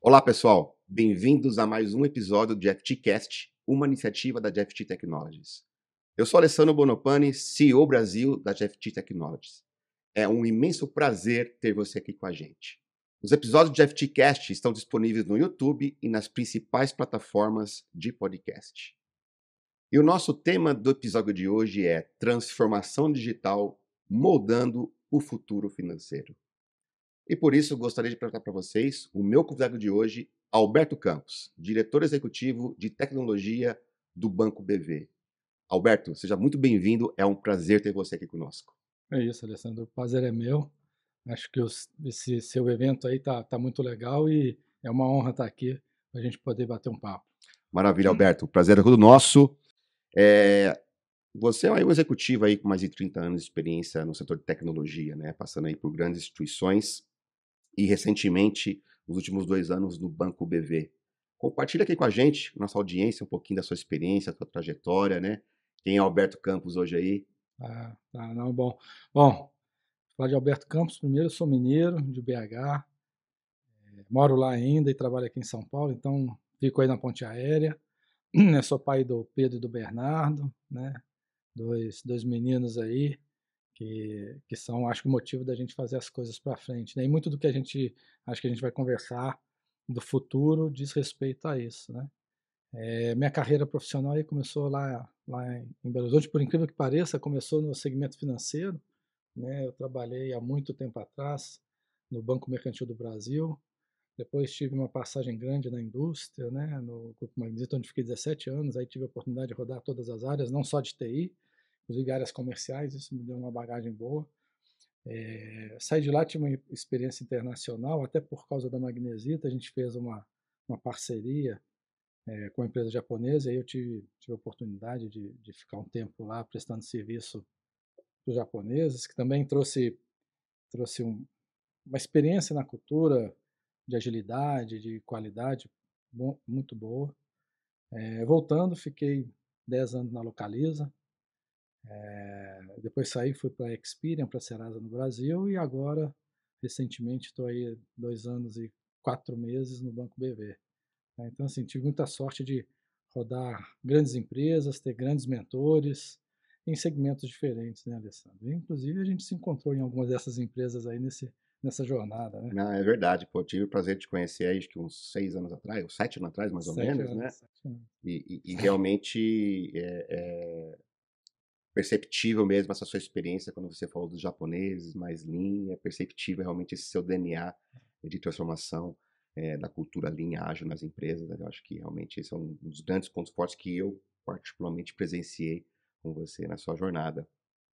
Olá, pessoal. Bem-vindos a mais um episódio de FTcast, uma iniciativa da GFT Technologies. Eu sou Alessandro Bonopani, CEO Brasil da GFT Technologies. É um imenso prazer ter você aqui com a gente. Os episódios de FTcast estão disponíveis no YouTube e nas principais plataformas de podcast. E o nosso tema do episódio de hoje é Transformação Digital moldando o futuro financeiro. E por isso gostaria de apresentar para vocês o meu convidado de hoje, Alberto Campos, diretor executivo de tecnologia do Banco BV. Alberto, seja muito bem-vindo, é um prazer ter você aqui conosco. É isso, Alessandro. O prazer é meu. Acho que esse seu evento aí tá muito legal e é uma honra estar aqui para a gente poder bater um papo. Maravilha, Alberto, o prazer é todo nosso. Você é um executivo aí com mais de 30 anos de experiência no setor de tecnologia, né? Passando aí por grandes instituições e recentemente, nos últimos 2 anos, no Banco BV. Compartilha aqui com a gente, nossa audiência, um pouquinho da sua experiência, da sua trajetória, né? Quem é Alberto Campos hoje aí? Não, bom. Bom, falar de Alberto Campos primeiro, eu sou mineiro, de BH, moro lá ainda e trabalho aqui em São Paulo, então fico aí na ponte aérea. Eu sou pai do Pedro e do Bernardo, né? Dois meninos aí que são, acho que o motivo da gente fazer as coisas para frente, né? E muito do que acho que a gente vai conversar do futuro diz respeito a isso, né? Minha carreira profissional aí começou lá em Belo Horizonte, por incrível que pareça, começou no segmento financeiro, né? Eu trabalhei há muito tempo atrás no Banco Mercantil do Brasil, depois tive uma passagem grande na indústria, né? No Grupo Magnito, onde fiquei 17 anos, aí tive a oportunidade de rodar todas as áreas, não só de TI, inclusive áreas comerciais, isso me deu uma bagagem boa. Saí de lá, tive uma experiência internacional, até por causa da Magnesita, a gente fez uma parceria com uma empresa japonesa, e aí eu tive a oportunidade de ficar um tempo lá prestando serviço para os japoneses, que também trouxe uma experiência na cultura de agilidade, de qualidade muito boa. Voltando, fiquei 10 anos na Localiza, depois saí, fui para a Experian, para a Serasa no Brasil, e agora, recentemente, estou aí 2 anos e 4 meses no Banco BV. Né? Então, assim, tive muita sorte de rodar grandes empresas, ter grandes mentores em segmentos diferentes, né, Alessandro? E, inclusive, a gente se encontrou em algumas dessas empresas aí nessa jornada, né? Não, é verdade, pô, eu tive o prazer de te conhecer aí, acho que uns 6 anos atrás, ou 7 anos atrás, mais ou Sete menos, né? anos, 7 anos. E realmente é perceptível mesmo essa sua experiência quando você falou dos japoneses, mais Lean, é perceptível realmente esse seu DNA de transformação da cultura Lean ágil nas empresas, né? Eu acho que realmente esse é um dos grandes pontos fortes que eu particularmente presenciei com você na sua jornada.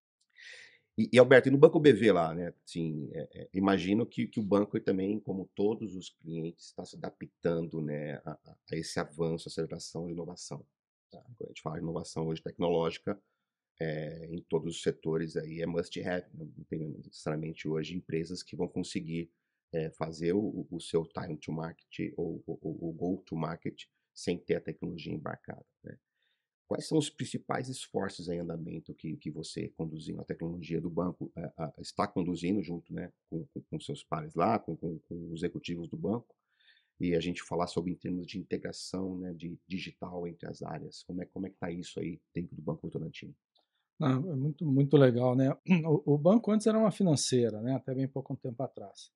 E Alberto, e no Banco BV lá, né? Assim, imagino que o banco ele também, como todos os clientes, está se adaptando, né, a esse avanço, aceleração de inovação. Tá? Quando a gente fala de inovação hoje tecnológica, em todos os setores aí é must have. Não tem necessariamente hoje empresas que vão conseguir fazer o seu time to market ou o go to market sem ter a tecnologia embarcada, né? Quais são os principais esforços em andamento que você, conduzindo a tecnologia do banco, está conduzindo junto, né, com seus pares lá, com os executivos do banco, e a gente falar sobre em termos de integração, né, de digital entre as áreas? Como é que está isso aí dentro do Banco Votorantim? Não, é muito, muito legal, né? O banco antes era uma financeira, né? Até bem pouco tempo atrás.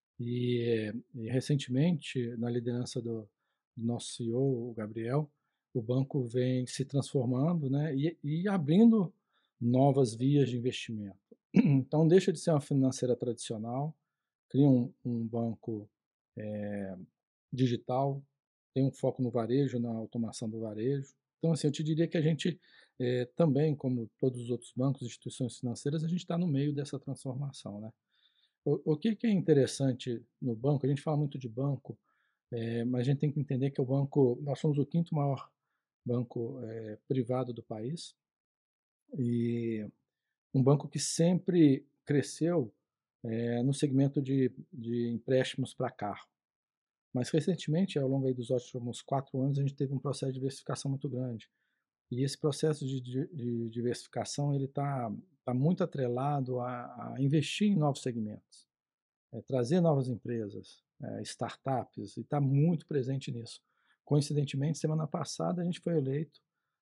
E recentemente, na liderança do nosso CEO, o Gabriel, o banco vem se transformando, né, e abrindo novas vias de investimento. Então, deixa de ser uma financeira tradicional, cria um banco digital, tem um foco no varejo, na automação do varejo. Então, assim, eu te diria que a gente também, como todos os outros bancos e instituições financeiras, a gente está no meio dessa transformação, né? O que é interessante no banco, a gente fala muito de banco, mas a gente tem que entender que o banco, nós somos o quinto maior banco privado do país e um banco que sempre cresceu no segmento de empréstimos para carro. Mas recentemente, ao longo aí dos últimos 4 anos, a gente teve um processo de diversificação muito grande. E esse processo de diversificação ele tá muito atrelado a investir em novos segmentos, trazer novas empresas, startups, e está muito presente nisso. Coincidentemente, semana passada a gente foi eleito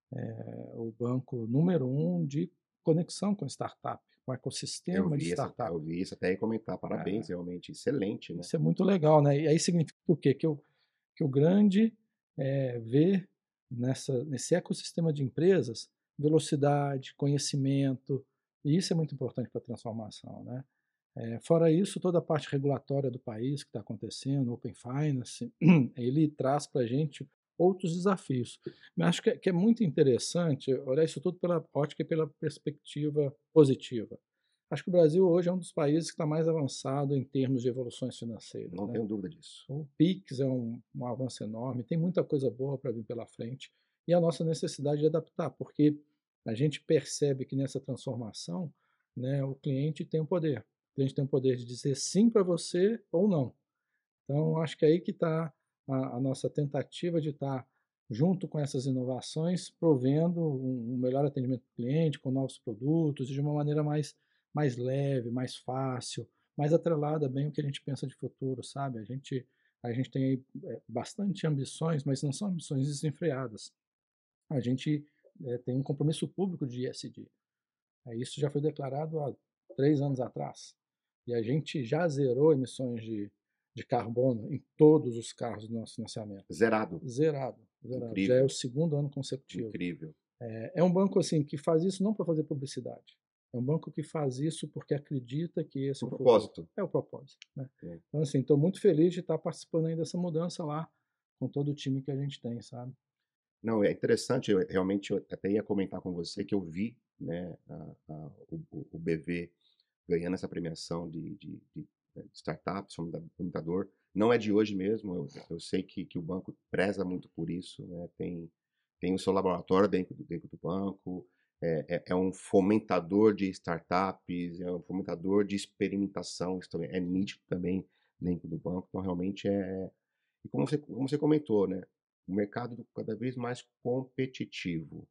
o banco número 1 de conexão com startup, com ecossistema de startup. Eu vi isso, até ia comentar. Parabéns, realmente excelente, né? Isso é muito legal, né? E aí significa o quê? Que o grande vê nesse ecossistema de empresas velocidade, conhecimento, e isso é muito importante para a transformação, né? Fora isso, toda a parte regulatória do país que está acontecendo, o Open Finance, ele traz para a gente outros desafios. Eu acho que é muito interessante olhar isso tudo pela ótica e pela perspectiva positiva. Acho que o Brasil hoje é um dos países que está mais avançado em termos de evoluções financeiras, Não né? tenho dúvida disso. O PIX é um avanço enorme, tem muita coisa boa para vir pela frente, e a nossa necessidade de adaptar, porque a gente percebe que nessa transformação, né, o cliente tem o poder. O cliente tem o poder de dizer sim para você ou não. Então, acho que é aí que está a nossa tentativa de estar junto com essas inovações, provendo um melhor atendimento do cliente, com novos produtos, e de uma maneira mais leve, mais fácil, mais atrelada bem o que a gente pensa de futuro, sabe? A gente tem aí bastante ambições, mas não são ambições desenfreadas. A gente tem um compromisso público de ESG. Isso já foi declarado há 3 anos atrás. E a gente já zerou emissões de carbono em todos os carros do nosso financiamento. Zerado. Zerado, zerado. Já é Incrível. o segundo ano consecutivo. Incrível. É um banco assim que faz isso não para fazer publicidade. É um banco que faz isso porque acredita que esse é o propósito. futuro. É o propósito. Né? É. Então, assim, estou muito feliz de estar participando aí dessa mudança lá com todo o time que a gente tem, sabe? Não, é interessante, realmente eu até ia comentar com você que eu vi, né, o BV ganhando essa premiação de startups, fomentador. Não é de hoje mesmo, eu sei que o banco preza muito por isso, né, tem o seu laboratório dentro do banco, é um fomentador de startups, é um fomentador de experimentação, isso também é nítido também dentro do banco, então realmente e como você comentou, né, o mercado cada vez mais competitivo,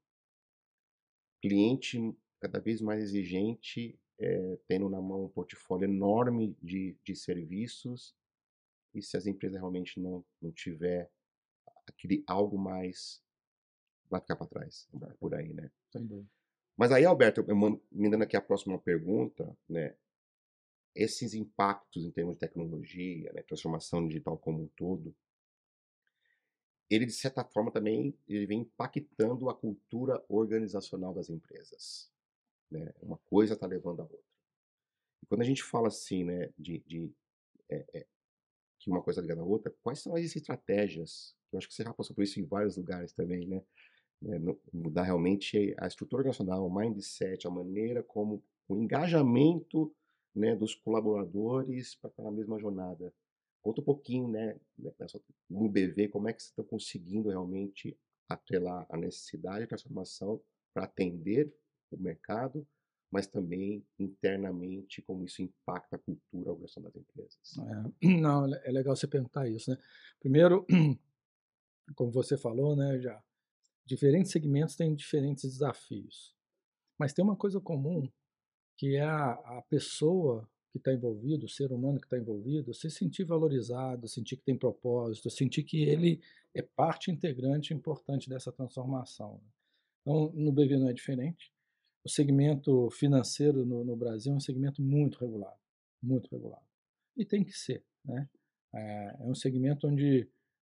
cliente cada vez mais exigente, tendo na mão um portfólio enorme de serviços, e se as empresas realmente não tiver aquele algo mais, vai ficar para trás, por aí, né? Sem dúvida. Mas aí, Alberto, me dando aqui a próxima pergunta, né? Esses impactos em termos de tecnologia, né, transformação digital como um todo, ele de certa forma também ele vem impactando a cultura organizacional das empresas, né? Uma coisa está levando a outra. E quando a gente fala assim, né, que uma coisa liga na outra, quais são as estratégias? Eu acho que você já passou por isso em vários lugares também, né? Mudar realmente a estrutura organizacional, o mindset, a maneira como o engajamento, né, dos colaboradores para estar na mesma jornada. Conta um pouquinho, né, no BV, como é que você está conseguindo realmente atrelar a necessidade de transformação para atender o mercado, mas também internamente como isso impacta a cultura organizacional das empresas. Não, é legal você perguntar isso, né? Primeiro, como você falou, né, já diferentes segmentos têm diferentes desafios, mas tem uma coisa comum que é a pessoa que está envolvida, o ser humano que está envolvido, se sentir valorizado, sentir que tem propósito, sentir que ele é parte integrante importante dessa transformação. Né? Então, no BV não é diferente. O segmento financeiro no Brasil é um segmento muito regulado, muito regulado. E tem que ser, né? É um segmento onde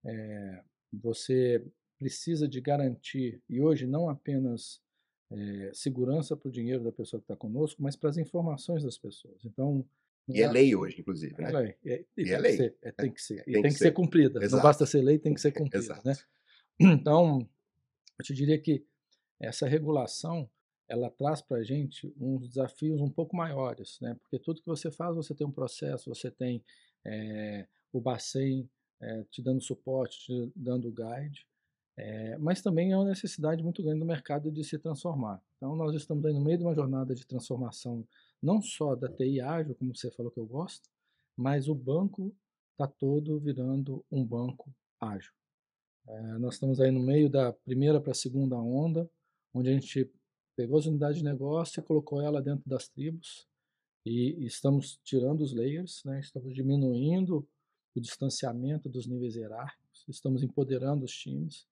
você precisa de garantir, e hoje não apenas segurança para o dinheiro da pessoa que está conosco, mas para as informações das pessoas. Então, E é lei hoje, inclusive, né? E E é tem que lei. ser, tem que ser. E Tem tem que que ser ser. cumprida. Não basta Exato. ser lei, tem que ser cumprida. Né? Exato. Então, eu te diria que essa regulação ela traz para a gente uns desafios um pouco maiores, né? Porque tudo que você faz, você tem um processo, você tem o Bacen te dando suporte, te dando guide, mas também é uma necessidade muito grande do mercado de se transformar. Então, nós estamos aí no meio de uma jornada de transformação, não só da TI ágil, como você falou que eu gosto, mas o banco está todo virando um banco ágil. Nós estamos aí no meio da primeira para a segunda onda, onde a gente pegou as unidades de negócio e colocou ela dentro das tribos, e estamos tirando os layers, né? Estamos diminuindo o distanciamento dos níveis hierárquicos, estamos empoderando os times.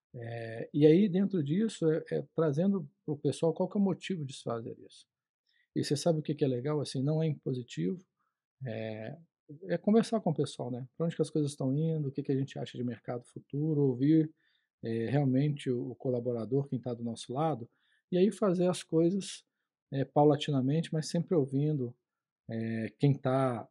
E aí, dentro disso, trazendo para o pessoal qual que é o motivo de se fazer isso. E você sabe o que é legal? Assim, não é impositivo, é, é conversar com o pessoal, né? Para onde que as coisas estão indo, o que a gente acha de mercado futuro, ouvir realmente o colaborador, quem está do nosso lado, e aí fazer as coisas paulatinamente, mas sempre ouvindo quem está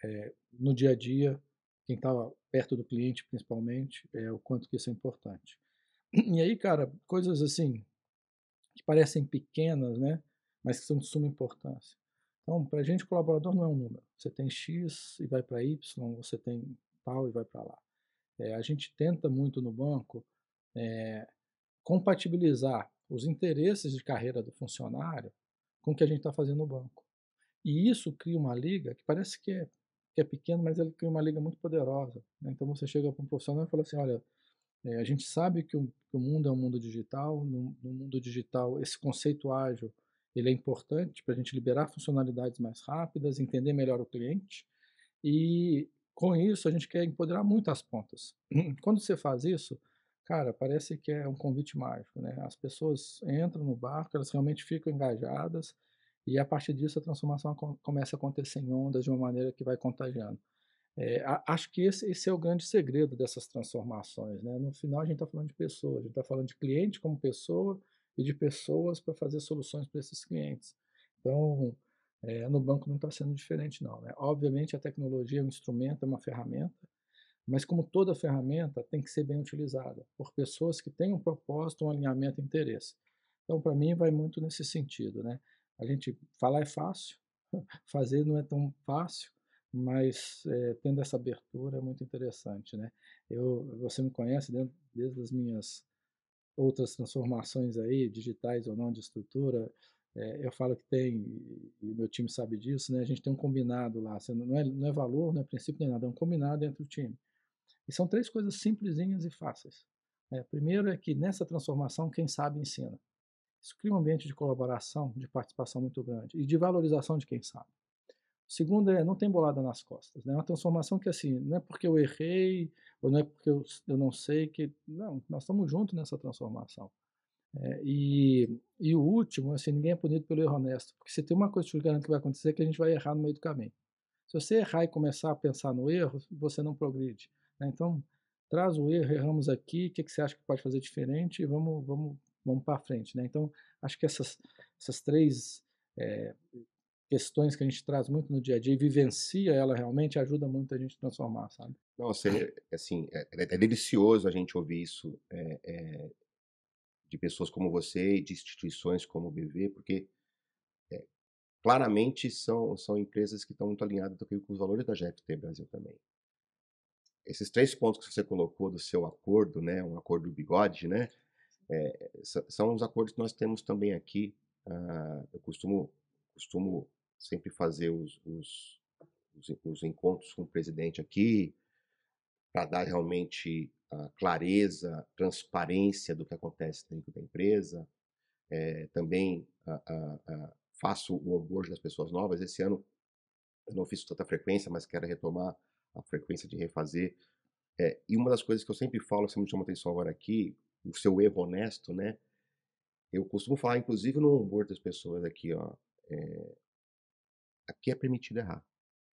no dia a dia, quem está perto do cliente principalmente, o quanto que isso é importante. E aí, cara, coisas assim que parecem pequenas, né, mas que são de suma importância. Então, para a gente, colaborador não é um número. Você tem X e vai para Y, você tem tal e vai para lá. A gente tenta muito no banco é, compatibilizar os interesses de carreira do funcionário com o que a gente está fazendo no banco. E isso cria uma liga que parece que é pequeno, mas ele cria uma liga muito poderosa. Né? Então você chega para um profissional e fala assim, olha, a gente sabe que o mundo é um mundo digital, no mundo digital esse conceito ágil ele é importante para a gente liberar funcionalidades mais rápidas, entender melhor o cliente e com isso a gente quer empoderar muito as pontas. Quando você faz isso, cara, parece que é um convite mágico, né? As pessoas entram no barco, elas realmente ficam engajadas e a partir disso a transformação começa a acontecer em ondas de uma maneira que vai contagiando. Acho que esse é o grande segredo dessas transformações, né? No final a gente está falando de pessoas, a gente está falando de cliente como pessoa e de pessoas para fazer soluções para esses clientes. Então, no banco não está sendo diferente não, né? Obviamente a tecnologia é um instrumento, é uma ferramenta, mas como toda ferramenta tem que ser bem utilizada por pessoas que têm um propósito, um alinhamento e interesse. Então, para mim, vai muito nesse sentido, né? A gente falar é fácil, fazer não é tão fácil, mas tendo essa abertura é muito interessante, né? Você me conhece desde as minhas outras transformações aí, digitais ou não, de estrutura, eu falo que tem, e o meu time sabe disso, né? A gente tem um combinado lá, não é valor, não é princípio nem nada, é um combinado entre o time. E são três coisas simplesinhas e fáceis. Primeiro é que nessa transformação, quem sabe ensina. Isso cria um ambiente de colaboração, de participação muito grande e de valorização de quem sabe. O segundo não tem bolada nas costas. Né? É uma transformação que, assim, não é porque eu errei ou não é porque eu não sei que... Não, nós estamos juntos nessa transformação. E o último, assim, ninguém é punido pelo erro honesto. Porque se tem uma coisa que eu te garanto que vai acontecer é que a gente vai errar no meio do caminho. Se você errar e começar a pensar no erro, você não progride. Né? Então, traz o erro, erramos aqui, o que você acha que pode fazer diferente e vamos para frente. Né? Então, acho que essas três questões que a gente traz muito no dia a dia e vivencia ela realmente ajuda muito a gente a transformar, sabe? Nossa, assim, é delicioso a gente ouvir isso de pessoas como você e de instituições como o BV, porque claramente são empresas que estão muito alinhadas com os valores da GFT Brasil também. Esses três pontos que você colocou do seu acordo, né, um acordo do bigode, né, são os acordos que nós temos também aqui. Eu costumo sempre fazer os encontros com o presidente aqui para dar realmente a clareza, transparência do que acontece dentro da empresa. Também faço o onboard das pessoas novas. Esse ano eu não fiz tanta frequência, mas quero retomar a frequência de refazer. E uma das coisas que eu sempre falo, você me chama atenção agora aqui, o seu erro honesto, né? Eu costumo falar, inclusive no onboard das pessoas aqui, ó, aqui é permitido errar.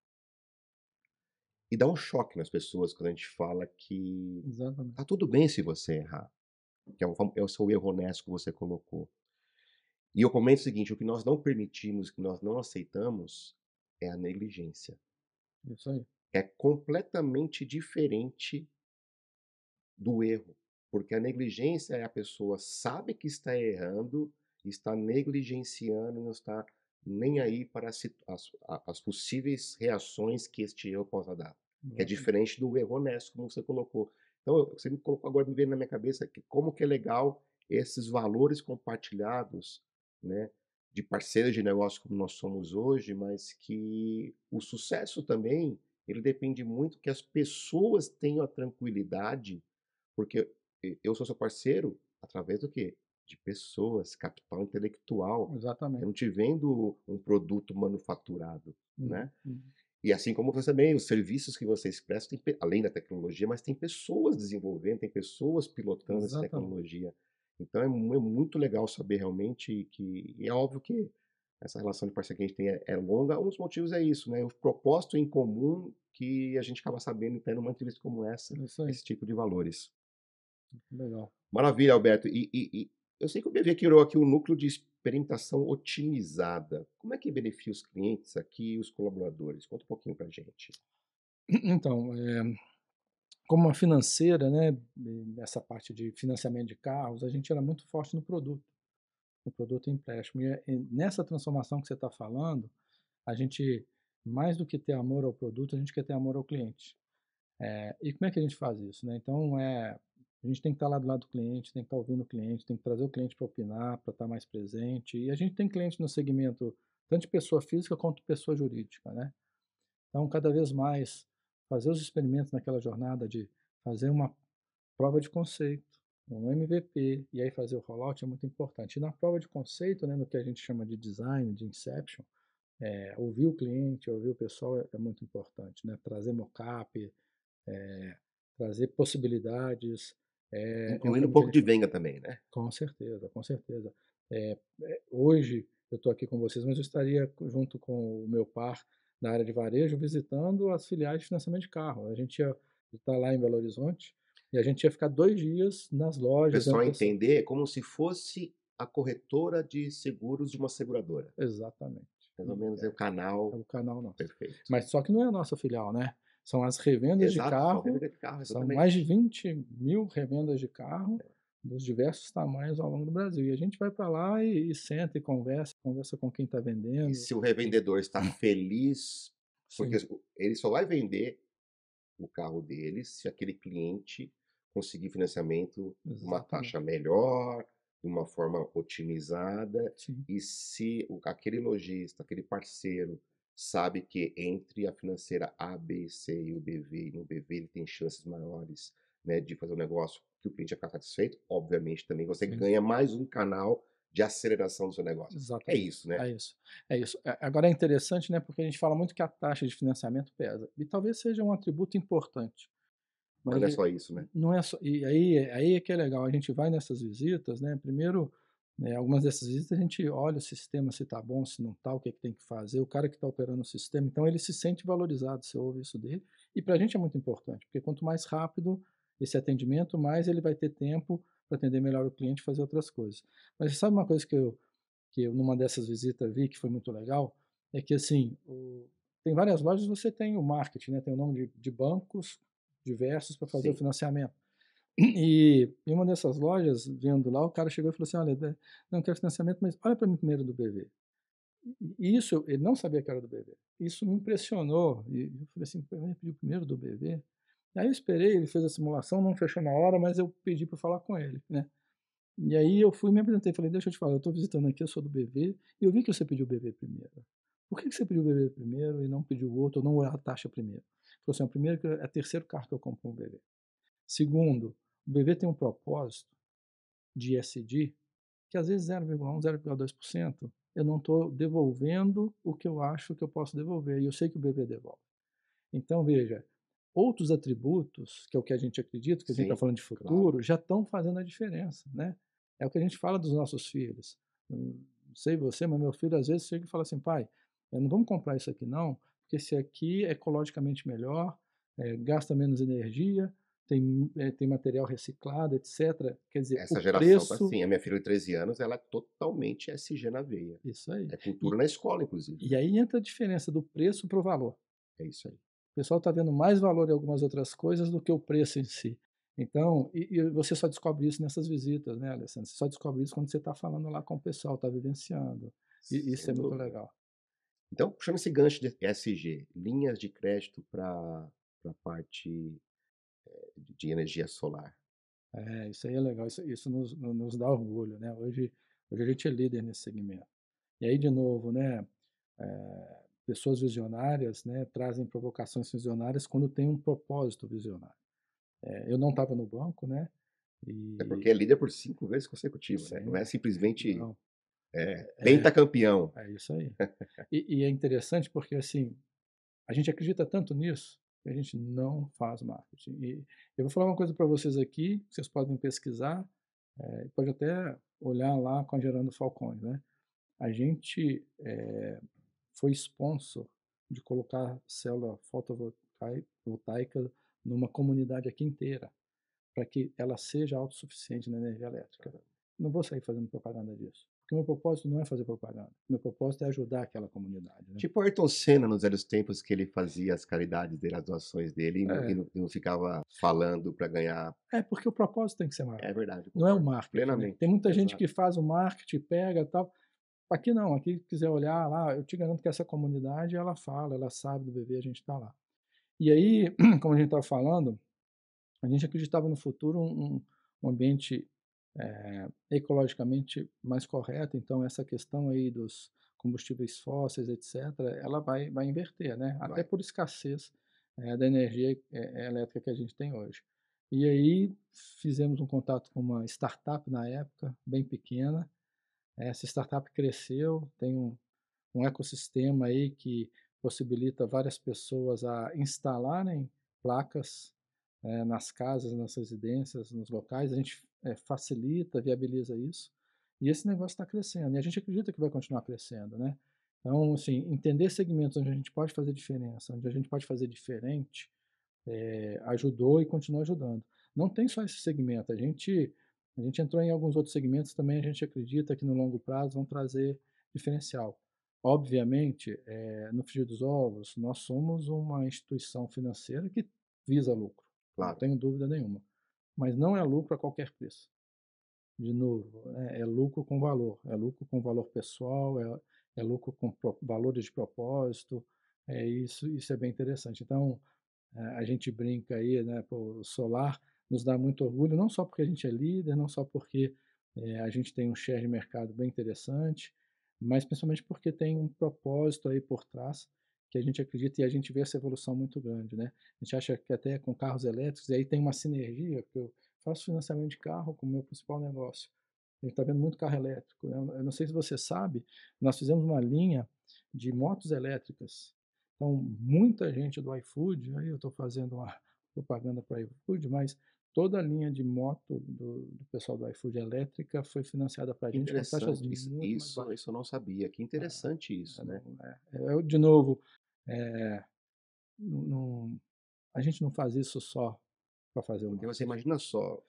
E dá um choque nas pessoas quando a gente fala que Exatamente. tá tudo bem se você errar, que é o seu erro honesto que você colocou. E eu comento o seguinte, o que nós não permitimos, o que nós não aceitamos é a negligência. Isso aí. É completamente diferente do erro, porque a negligência é a pessoa sabe que está errando, está negligenciando, não está nem aí para as possíveis reações que este erro possa dar, que é Exatamente. diferente do erro honesto, como você colocou. Então, você me colocou agora, me veio na minha cabeça que como que é legal esses valores compartilhados, né, de parceiros de negócio como nós somos hoje, mas que o sucesso também, ele depende muito que as pessoas tenham a tranquilidade porque eu sou seu parceiro através do quê? De pessoas, capital intelectual. Eu Exatamente. não te vendo um produto manufaturado, Uhum, né? uhum. E assim como você também, os serviços que vocês prestam, além da tecnologia, mas tem pessoas desenvolvendo, tem pessoas pilotando essa Exatamente. tecnologia. Então é muito legal saber realmente que, e é óbvio que essa relação de parceria que a gente tem é longa. Um dos motivos é isso, né? O propósito em comum que a gente acaba sabendo até numa entrevista como essa, É isso aí. esse tipo de valores. Legal. Maravilha, Alberto. E eu sei que o BV criou aqui um núcleo de experimentação otimizada. Como é que beneficia os clientes aqui e os colaboradores? Conta um pouquinho pra gente. Então, como uma financeira, né, nessa parte de financiamento de carros, a gente era muito forte no produto empréstimo. E nessa transformação que você está falando, a gente, mais do que ter amor ao produto, a gente quer ter amor ao cliente. E como é que a gente faz isso, né? Então, a gente tem que estar lá do lado do cliente, tem que estar ouvindo o cliente, tem que trazer o cliente para opinar, para estar mais presente. E a gente tem cliente no segmento tanto de pessoa física quanto pessoa jurídica, né? Então, cada vez mais, fazer os experimentos naquela jornada de fazer uma prova de conceito, um MVP, e aí fazer o rollout é muito importante. E na prova de conceito, né, no que a gente chama de design, de inception, ouvir o cliente, ouvir o pessoal é muito importante, né? Trazer mockup, trazer possibilidades, é o que Incluindo a um pouco de gente faz. venda também, né? Com certeza, com certeza. Hoje eu estou aqui com vocês, mas eu estaria junto com o meu par da área de varejo visitando as filiais de financiamento de carro. A gente ia estar lá em Belo Horizonte e a gente ia ficar 2 dias nas O lojas, vendo pessoal pessoal. entender é como se fosse a corretora de seguros de uma seguradora. Exatamente. Mais ou E menos é o é canal o canal nosso. perfeito. Mas só que não é a nossa filial, né? São as revendas de Exato, só carro, revenda de carro, são mais de exatamente. 20.000 revendas de carro dos diversos tamanhos ao longo do Brasil. E a gente vai para lá e senta e conversa, conversa com quem está E vendendo. se o revendedor está feliz, porque Sim, ele só vai vender o carro dele se aquele cliente conseguir financiamento uma taxa exatamente. melhor, de uma forma otimizada, Sim, e se aquele lojista, aquele parceiro, sabe que entre a financeira A, B, C e o BV, e no BV ele tem chances maiores, né, de fazer um negócio que o cliente vai ficar satisfeito, obviamente também você sim. ganha mais um canal de aceleração do seu negócio. É Exatamente. isso, né? É isso. É isso. Agora é interessante, né? Porque a gente fala muito que a taxa de financiamento pesa. E talvez seja um atributo importante. Mas Mas não é só isso, né? não é só. E aí é que é legal. A gente vai nessas visitas, né? Primeiro, né, algumas dessas visitas a gente olha o sistema se está bom, se não está, o que, é que tem que fazer, o cara que está operando o sistema. Então ele se sente valorizado, você ouve isso dele. E para a gente é muito importante, porque quanto mais rápido esse atendimento, mais ele vai ter tempo para atender melhor o cliente e fazer outras coisas. Mas sabe uma coisa que eu numa dessas visitas vi que foi muito legal? É que assim, tem várias lojas, você tem o marketing, né? Tem o nome de bancos diversos para fazer o Sim. financiamento. E em uma dessas lojas, vendo lá, o cara chegou e falou assim: Olha, não quero financiamento, mas olha para mim primeiro do BV. E isso, ele não sabia que era do BV. Isso me impressionou. E eu falei assim: Pô, ele pediu primeiro do BV. Aí eu esperei, ele fez a simulação, não fechou na hora, mas eu pedi para falar com ele, né? E aí eu fui e me apresentei, falei, deixa eu te falar, eu estou visitando aqui, eu sou do BV, e eu vi que você pediu o BV primeiro. Por que você pediu o BV primeiro e não pediu o outro, ou não a taxa primeiro? Ele falou assim, primeiro que é o terceiro carro que eu compro com o BV. Segundo, o BV tem um propósito de ESG, que às vezes 0,1, 0,2%, eu não estou devolvendo o que eu acho que eu posso devolver, e eu sei que o BV devolve. Então, veja, outros atributos, que é o que a gente acredita, que a gente está Sim, falando de claro. futuro, já estão fazendo a diferença, né? É o que a gente fala dos nossos filhos. Não sei você, mas meu filho às vezes chega e fala assim, pai, não vamos comprar isso aqui não, porque esse aqui é ecologicamente melhor, gasta menos energia, tem material reciclado, etc. Quer dizer, o Essa geração tá preço, assim. A minha filha de 13 anos, ela é totalmente SG na veia. isso aí. É cultura E, na escola, inclusive, e né? aí entra a diferença do preço para o valor. É isso aí. O pessoal está vendo mais valor em algumas outras coisas do que o preço em si. Então, e você só descobre isso nessas visitas, né, Alessandro? Você só descobre isso quando você está falando lá com o pessoal, está vivenciando. E isso Sem é muito dúvida. legal. Então, puxando esse gancho de ESG, linhas de crédito para a parte de energia solar. Isso aí é legal, isso nos dá orgulho, né? Hoje a gente é líder nesse segmento. E aí, de novo, né, pessoas visionárias, né, trazem provocações visionárias quando tem um propósito visionário. Eu não estava no banco, né? É E porque é líder por 5 vezes consecutivas, né? Não sim, é simplesmente não, é, pentacampeão. é isso aí. E é interessante porque, assim, a gente acredita tanto nisso que a gente não faz marketing. E eu vou falar uma coisa para vocês aqui, que vocês podem pesquisar, pode até olhar lá com a Gerando Falcões, né? A gente foi sponsor de colocar célula fotovoltaica numa comunidade aqui inteira, para que ela seja autossuficiente na energia elétrica. Não vou sair fazendo propaganda disso, porque o meu propósito não é fazer propaganda. O meu propósito é ajudar aquela comunidade, né? Tipo o Ayrton Senna nos velhos tempos que ele fazia as caridades dele, as doações dele É, e não ficava falando para ganhar. porque o propósito tem que ser É maior. verdade, eu Não é o concordo marketing, né? Tem plenamente. muita gente Exato. que faz o marketing, pega e tal. Aqui não, aqui quiser olhar lá, eu te garanto que essa comunidade, ela fala, ela sabe do bebê, a gente está lá. E aí, como a gente estava falando, a gente acreditava no futuro um ambiente ecologicamente mais correto, então essa questão aí dos combustíveis fósseis, etc., ela vai inverter, né? Até Vai. por escassez da energia elétrica que a gente tem hoje. E aí fizemos um contato com uma startup na época, bem pequena. Essa startup cresceu, tem um ecossistema aí que possibilita várias pessoas a instalarem placas nas casas, nas residências, nos locais. A gente facilita, viabiliza isso. E esse negócio está crescendo. E a gente acredita que vai continuar crescendo, né? Então, assim, entender segmentos onde a gente pode fazer diferença, onde a gente pode fazer diferente, ajudou e continua ajudando. Não tem só esse segmento. A gente entrou em alguns outros segmentos também. A gente acredita que no longo prazo vão trazer diferencial. Obviamente, no frigir dos ovos, nós somos uma instituição financeira que visa lucro, não Claro. tenho dúvida nenhuma. Mas não é lucro a qualquer preço. De novo, é lucro com valor pessoal, é lucro com valores de propósito. Isso é bem interessante. Então, a gente brinca aí, né? O solar nos dá muito orgulho, não só porque a gente é líder, não só porque a gente tem um share de mercado bem interessante, mas principalmente porque tem um propósito aí por trás que a gente acredita e a gente vê essa evolução muito grande, né? A gente acha que até com carros elétricos, e aí tem uma sinergia, porque eu faço financiamento de carro como meu principal negócio. A gente está vendo muito carro elétrico, né? Eu não sei se você sabe, nós fizemos uma linha de motos elétricas. Então, muita gente do iFood, aí eu estou fazendo uma propaganda para o iFood, mas toda a linha de moto do pessoal do iFood elétrica foi financiada para a Que gente com taxas interessante. muito mais baixas. Isso eu não sabia. Que interessante isso, né? De novo, é, não, a gente não faz isso só para fazer o Porque você marketing. imagina só,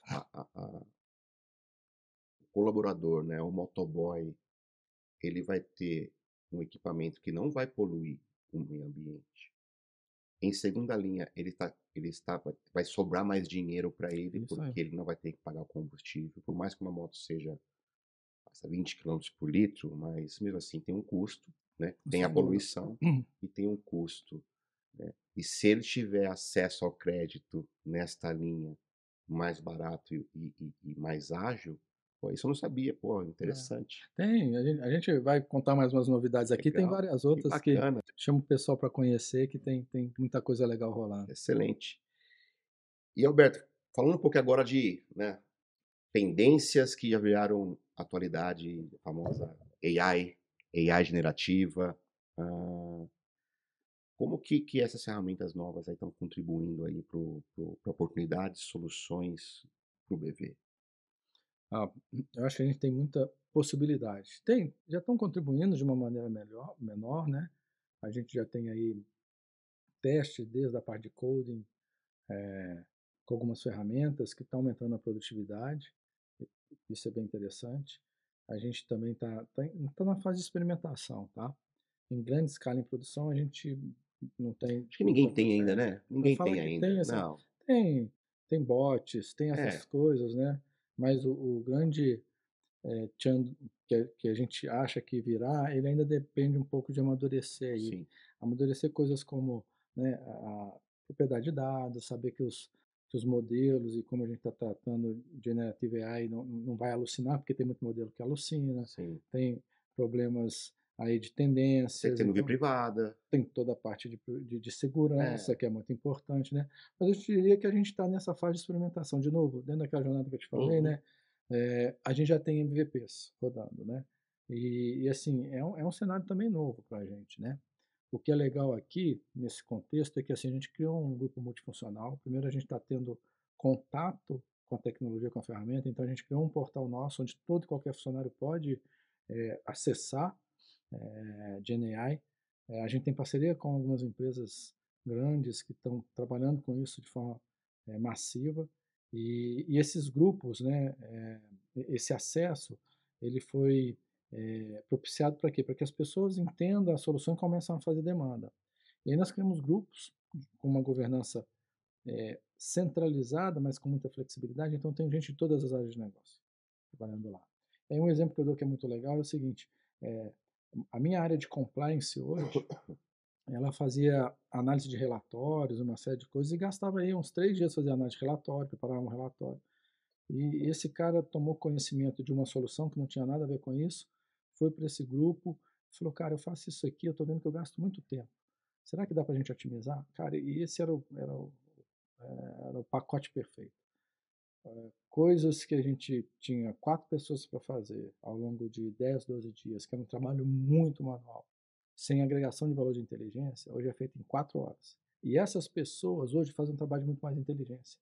o colaborador, né, o motoboy, ele vai ter um equipamento que não vai poluir o meio ambiente. Em segunda linha, vai sobrar mais dinheiro para ele, Isso aí. porque ele não vai ter que pagar o combustível, por mais que uma moto seja 20 quilômetros por litro, mas mesmo assim tem um custo, né? Tem a Sem dúvida. poluição e tem um custo, né? E se ele tiver acesso ao crédito nesta linha mais barato e mais ágil, pô, isso eu não sabia, pô, interessante, Tem, a gente vai contar mais umas novidades aqui, tem legal, várias que outras que bacana, chamo o pessoal para conhecer, que tem muita coisa legal rolando. excelente. E Alberto, falando um pouco agora de, né, tendências que já viraram atualidade, a famosa AI generativa, ah, como que essas ferramentas novas aí estão contribuindo aí para oportunidades, soluções para o BV? Ah, eu acho que a gente tem muita possibilidade. Tem, já estão contribuindo de uma maneira menor, né? A gente já tem aí testes desde a parte de coding, com algumas ferramentas que estão aumentando a produtividade. Isso é bem interessante. A gente também tá na fase de experimentação, tá? Em grande escala em produção, a gente não tem Acho que muita. ninguém tem ainda, né? Eu Ninguém falo tem que ainda. tem, assim, Não. tem, tem bots, tem essas É, coisas, né? Mas o grande que a gente acha que virá, ele ainda depende um pouco de amadurecer aí. sim. Amadurecer coisas como, né, a propriedade de dados, saber que os modelos e como a gente está tratando Generative AI não vai alucinar, porque tem muito modelo que alucina, Sim. tem problemas aí de Tem que tendências, ter nuvem então privada. tem toda a parte de É. segurança, que é muito importante, né? Mas eu diria que a gente está nessa fase de experimentação. De novo, dentro daquela jornada que eu te falei, Uhum. né? A gente já tem MVPs rodando, né? Assim, é um cenário também novo para a gente, né? O que é legal aqui, nesse contexto, é que assim, a gente criou um grupo multifuncional. Primeiro, a gente está tendo contato com a tecnologia, com a ferramenta, então a gente criou um portal nosso onde todo e qualquer funcionário pode acessar GenAI. A gente tem parceria com algumas empresas grandes que estão trabalhando com isso de forma massiva, e esses grupos, né, esse acesso, ele foi propiciado para quê? Para que as pessoas entendam a solução e comecem a fazer demanda. E aí nós criamos grupos com uma governança centralizada, mas com muita flexibilidade, então tem gente de todas as áreas de negócio trabalhando lá. E aí um exemplo que eu dou que é muito legal é o seguinte, a minha área de compliance hoje, ela fazia análise de relatórios, uma série de coisas, e gastava aí uns 3 dias fazendo análise de relatório, preparar um relatório. E esse cara tomou conhecimento de uma solução que não tinha nada a ver com isso, foi para esse grupo, falou, cara, eu faço isso aqui, eu estou vendo que eu gasto muito tempo. Será que dá para a gente otimizar? Cara, e esse era o pacote perfeito. Coisas que a gente tinha 4 pessoas para fazer ao longo de 10, 12 dias, que era um trabalho muito manual, sem agregação de valor de inteligência, hoje é feito em 4 horas. E essas pessoas hoje fazem um trabalho de muito mais inteligência.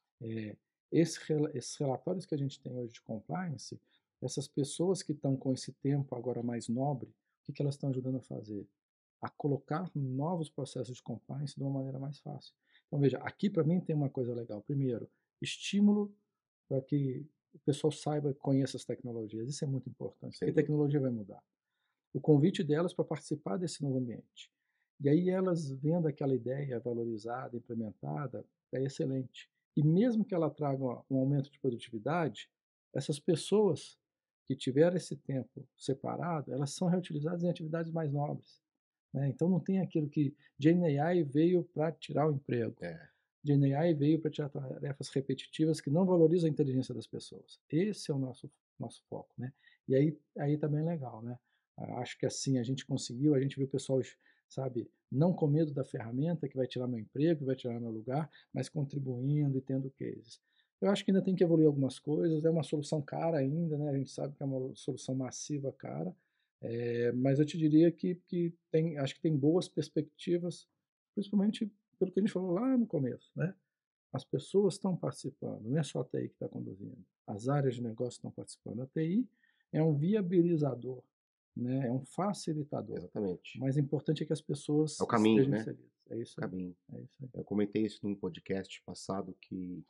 Esses relatórios que a gente tem hoje de compliance, essas pessoas que estão com esse tempo agora mais nobre, o que elas estão ajudando a fazer? A colocar novos processos de compliance de uma maneira mais fácil. Então, veja, aqui para mim tem uma coisa legal. Primeiro, estímulo para que o pessoal saiba, conheça as tecnologias. Isso é muito importante, porque a tecnologia vai mudar. O convite delas para participar desse novo ambiente. E aí elas vendo aquela ideia valorizada, implementada, é excelente. E mesmo que ela traga um aumento de produtividade, essas pessoas que tiveram esse tempo separado, elas são reutilizadas em atividades mais nobres. Né? Então não tem aquilo que GenAI veio para tirar o emprego. GenAI veio para tirar tarefas repetitivas que não valorizam a inteligência das pessoas. Esse é o nosso foco, né? E aí também é legal, né? Acho que assim a gente conseguiu, a gente viu o pessoal, sabe, não com medo da ferramenta que vai tirar meu emprego, que vai tirar meu lugar, mas contribuindo e tendo cases. Eu acho que ainda tem que evoluir algumas coisas, é uma solução cara ainda, né? A gente sabe que é uma solução massiva cara, mas eu te diria que acho que tem boas perspectivas, principalmente pelo que a gente falou lá no começo, né? As pessoas estão participando, não é só a TI que está conduzindo. As áreas de negócio estão participando. A TI é um viabilizador, né? É um facilitador. Exatamente. O mais importante é que as pessoas É o caminho, estejam né? inseridas. É isso O aí. caminho. É isso aí. Eu comentei isso num podcast passado que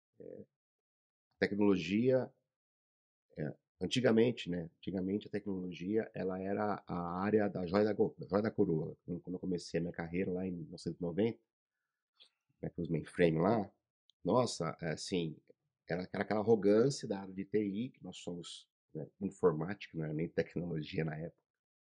tecnologia, antigamente, né? Antigamente a tecnologia ela era a área da joia da coroa. Quando eu comecei a minha carreira lá em 1990, né, com os mainframe lá, nossa, assim, era aquela arrogância da área de TI, que nós somos, né, informática, não era nem tecnologia na época.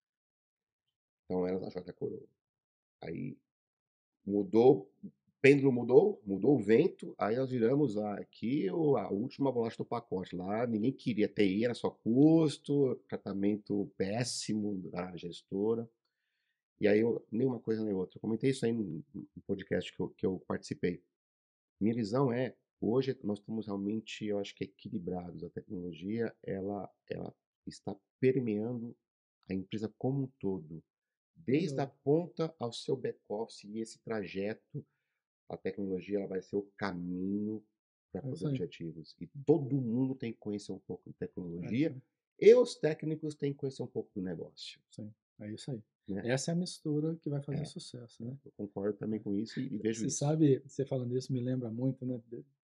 Então era a joia da coroa. Aí mudou, o pêndulo mudou o vento, aí nós viramos aqui a última bolacha do pacote. Lá ninguém queria TI, era só custo, tratamento péssimo da área gestora. E aí nem uma coisa nem outra. Eu comentei isso aí no podcast que eu participei. Minha visão é, hoje nós estamos realmente, eu acho que equilibrados. A tecnologia, ela está permeando a empresa como um todo. Desde a ponta ao seu back-office e esse trajeto, a tecnologia ela vai ser o caminho para os objetivos. E todo mundo tem que conhecer um pouco de tecnologia e os técnicos têm que conhecer um pouco do negócio. Sim, é isso aí. Né? Essa é a mistura que vai fazer sucesso, né? Eu concordo também com isso e vejo Você isso. sabe, você falando isso me lembra muito, né?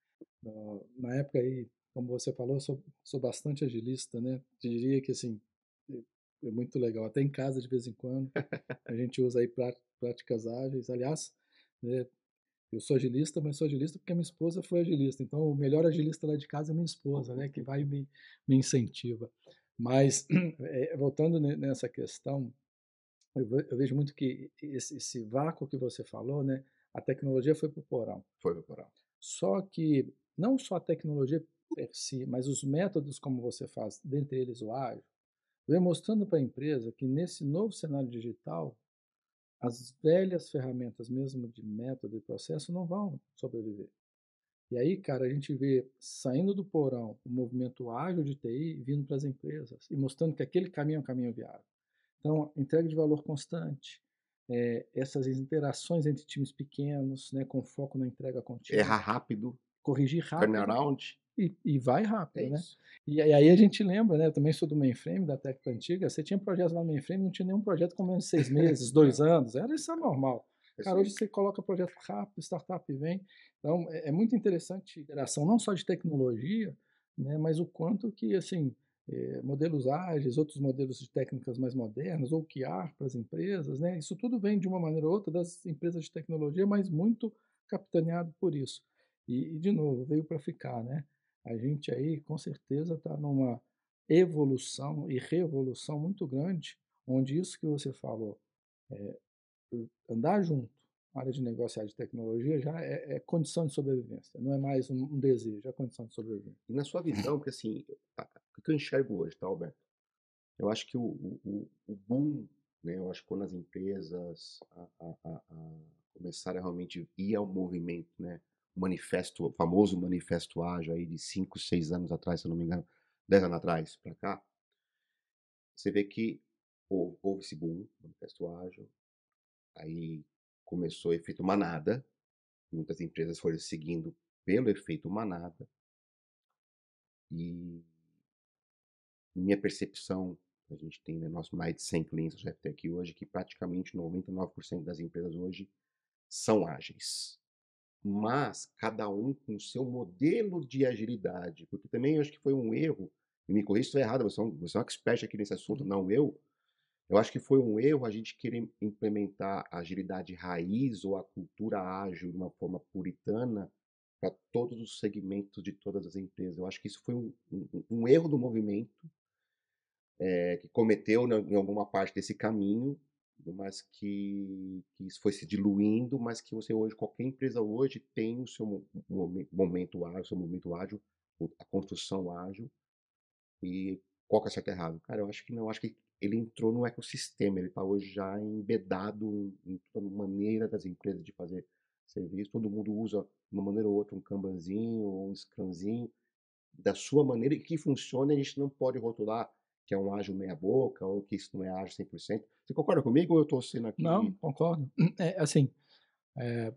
Na época aí, como você falou, eu sou bastante agilista, né? Eu diria que assim, é muito legal. Até em casa, de vez em quando, a gente usa aí práticas ágeis. Aliás, né, eu sou agilista, mas sou agilista porque minha esposa foi agilista. Então, o melhor agilista lá de casa é minha esposa, né? Que vai e me incentiva. Mas, voltando nessa questão, eu vejo muito que esse vácuo que você falou, né? A tecnologia foi para o porão. Foi para o porão. Só que não só a tecnologia per si, mas os métodos como você faz, dentre eles o ágil, vem mostrando para a empresa que nesse novo cenário digital, as velhas ferramentas mesmo de método e processo não vão sobreviver. E aí, cara, a gente vê saindo do porão o movimento ágil de TI vindo para as empresas e mostrando que aquele caminho é um caminho viável. Então, entrega de valor constante, essas interações entre times pequenos, né, com foco na entrega Errar contínua, rápido, corrigir rápido turnaround, e vai é rápido, né. isso. E aí a gente lembra, né, eu também sou do mainframe, da técnica antiga, você tinha projetos lá no mainframe, não tinha nenhum projeto com menos de 6 meses, 2 Não, anos, era isso é normal. é isso Cara, hoje aí. você coloca projeto rápido, startup vem, então é muito interessante a interação não só de tecnologia, né, mas o quanto que, assim, modelos ágeis, outros modelos de técnicas mais modernas, ou OKR para as empresas, né, isso tudo vem de uma maneira ou outra das empresas de tecnologia, mas muito capitaneado por isso. E de novo, veio para ficar, né. A gente aí com certeza está numa evolução e revolução muito grande, onde isso que você falou, andar junto, área de negócio e área de tecnologia, já é condição de sobrevivência, não é mais um desejo, é condição de sobrevivência. E na sua visão, porque assim, o que eu enxergo hoje, tá, Alberto? Eu acho que o boom, né, eu acho que quando as empresas começaram a realmente ir ao movimento, né, o famoso manifesto ágil aí de 5, 6 anos atrás, se eu não me engano, 10 anos atrás para cá, você vê que houve esse boom, manifesto ágil, aí começou o efeito manada, muitas empresas foram seguindo pelo efeito manada, e minha percepção, a gente tem, né, nosso mais de 100 clientes do GFT aqui hoje, que praticamente 99% das empresas hoje são ágeis. Mas cada um com o seu modelo de agilidade, porque também eu acho que foi um erro, e me corrija se estou errado, você é um expert aqui nesse assunto, Uhum. não eu. Eu acho que foi um erro a gente querer implementar a agilidade raiz ou a cultura ágil de uma forma puritana para todos os segmentos de todas as empresas. Eu acho que isso foi um erro do movimento, que cometeu em alguma parte desse caminho, mas que isso foi se diluindo, mas que você hoje, qualquer empresa hoje tem o seu momento ágil, seu movimento ágil, a construção ágil, e qual que é certo e errado? Cara, eu acho que não, eu acho que ele entrou no ecossistema, ele está hoje já embedado em toda maneira das empresas de fazer serviço, todo mundo usa de uma maneira ou outra um Kanbanzinho ou um Scrumzinho, da sua maneira e que funciona, a gente não pode rotular que é um ágil meia boca ou que isso não é ágil 100%. Você concorda comigo ou eu estou sendo Não, aqui... concordo. Assim, eh,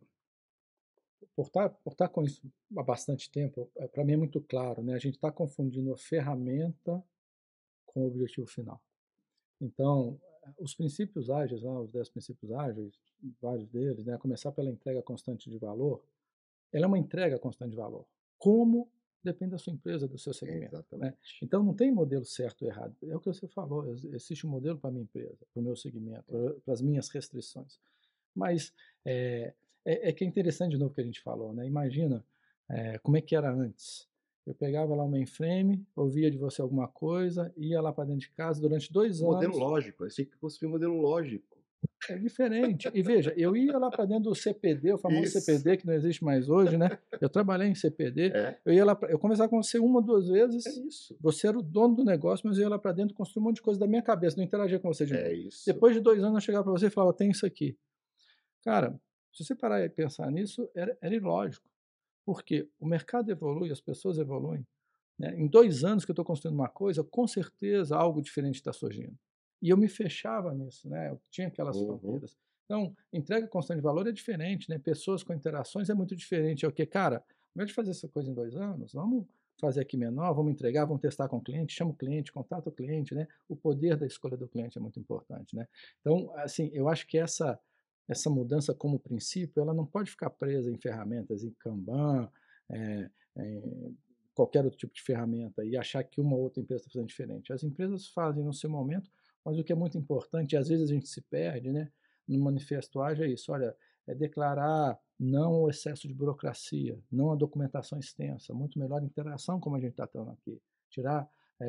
por estar com isso há bastante tempo, para mim é muito claro, né, a gente está confundindo a ferramenta com o objetivo final. Então, os princípios ágeis lá, os 10 princípios ágeis, vários deles, né, a começar pela entrega constante de valor, ela é uma entrega constante de valor. Como? Depende da sua empresa, do seu segmento, né. Exatamente. Então não tem modelo certo ou errado, é o que você falou, existe um modelo para a minha empresa, para o meu segmento, É. para as minhas restrições. Mas, eh, que é interessante de novo que a gente falou, né, imagina, como é que era antes. Eu pegava lá o mainframe, ouvia de você alguma coisa, ia lá para dentro de casa durante O 2 modelo anos. lógico, você tem que construir um modelo lógico. É diferente. E veja, eu ia lá para dentro do CPD, o famoso Isso. CPD que não existe mais hoje, né? Eu trabalhei em CPD, É, eu ia lá, eu conversava com você uma, duas é vezes, isso. você era o dono do negócio, mas eu ia lá para dentro construir um monte de coisa da minha cabeça, não interagia com você de É novo. isso. Depois de 2 anos eu chegava para você e falava, tem isso aqui. Cara, se você parar e pensar nisso, era ilógico. Porque o mercado evolui, as pessoas evoluem, né? Em 2 anos que eu estou construindo uma coisa, com certeza algo diferente está surgindo. E eu me fechava nisso, né? Eu tinha aquelas Uhum. fronteiras. Então, entrega constante de valor é diferente, né? Pessoas com interações é muito diferente. É o que, cara, ao invés de fazer essa coisa em 2 anos, vamos fazer aqui menor, vamos entregar, vamos testar com o cliente, chama o cliente, contata o cliente, né? O poder da escolha do cliente é muito importante, né? Então, assim, eu acho que essa mudança como princípio, ela não pode ficar presa em ferramentas, em Kanban, eh, qualquer outro tipo de ferramenta e achar que uma ou outra empresa está fazendo diferente. As empresas fazem no seu momento, mas o que é muito importante, e às vezes a gente se perde, né? No manifesto ágil é isso, olha, é declarar não ao excesso de burocracia, não à documentação extensa, muito melhor a interação como a gente está tendo aqui. Tirar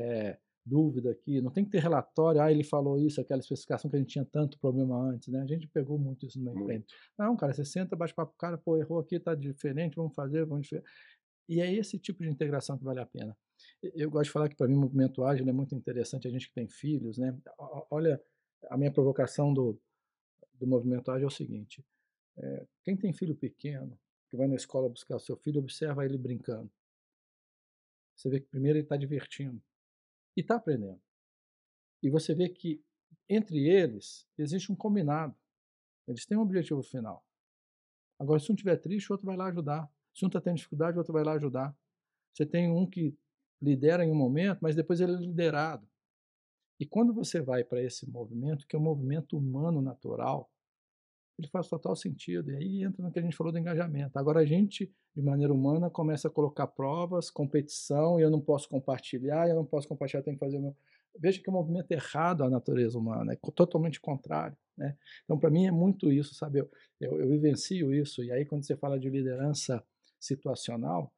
dúvida aqui, não tem que ter relatório, ele falou isso, aquela especificação que a gente tinha tanto problema antes, né? A gente pegou muito isso no mainframe. Muito. Não, cara, você senta, bate papo com o cara, pô, errou aqui, tá diferente, vamos fazer, vamos diferente. E é esse tipo de integração que vale a pena. Eu gosto de falar que para mim o movimento ágil é muito interessante, a gente que tem filhos, né? Olha, a minha provocação do movimento ágil é o seguinte, quem tem filho pequeno, que vai na escola buscar o seu filho, observa ele brincando. Você vê que primeiro ele está divertindo e está aprendendo. E você vê que entre eles existe um combinado. Eles têm um objetivo final. Agora, se um estiver triste, o outro vai lá ajudar. Se um está tendo dificuldade, o outro vai lá ajudar. Você tem um que lidera em um momento, mas depois ele é liderado. E quando você vai para esse movimento, que é um movimento humano natural, ele faz total sentido. E aí entra no que a gente falou do engajamento. Agora a gente, de maneira humana, começa a colocar provas, competição, e eu não posso compartilhar, tenho que fazer o meu. Veja que é um movimento errado à natureza humana, é totalmente contrário. Né? Então, para mim, é muito isso, sabe? Eu vivencio isso. E aí, quando você fala de liderança situacional,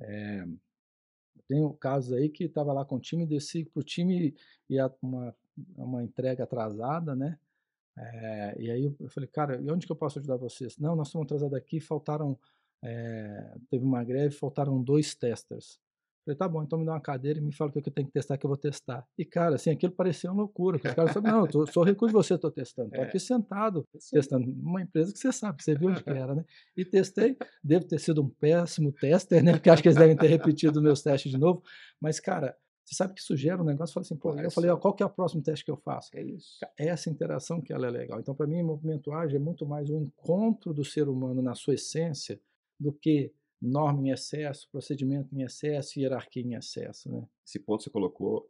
tenho casos aí que estava lá com o time, desci para o time e uma entrega atrasada, né? E aí eu falei, cara, e onde que eu posso ajudar vocês? Não, nós estamos atrasados aqui, teve uma greve, faltaram 2 testers. Falei, tá bom, então me dá uma cadeira e me fala o que eu tenho que testar, que eu vou testar. E, cara, assim, aquilo parecia uma loucura, que os caras falaram, não, eu sou recurso de você, estou testando. Estou aqui sentado, testando. Uma empresa que você sabe, que você viu onde que era, né? E testei, devo ter sido um péssimo tester, né? Porque acho que eles devem ter repetido meus testes de novo. Mas, cara, você sabe que isso gera um negócio, fala assim, pô, eu falei, ó, qual que é o próximo teste que eu faço? É isso. Essa interação que ela é legal. Então, para mim, movimento ágil é muito mais um encontro do ser humano na sua essência do que norma em excesso, procedimento em excesso, hierarquia em excesso, né? Esse ponto que você colocou,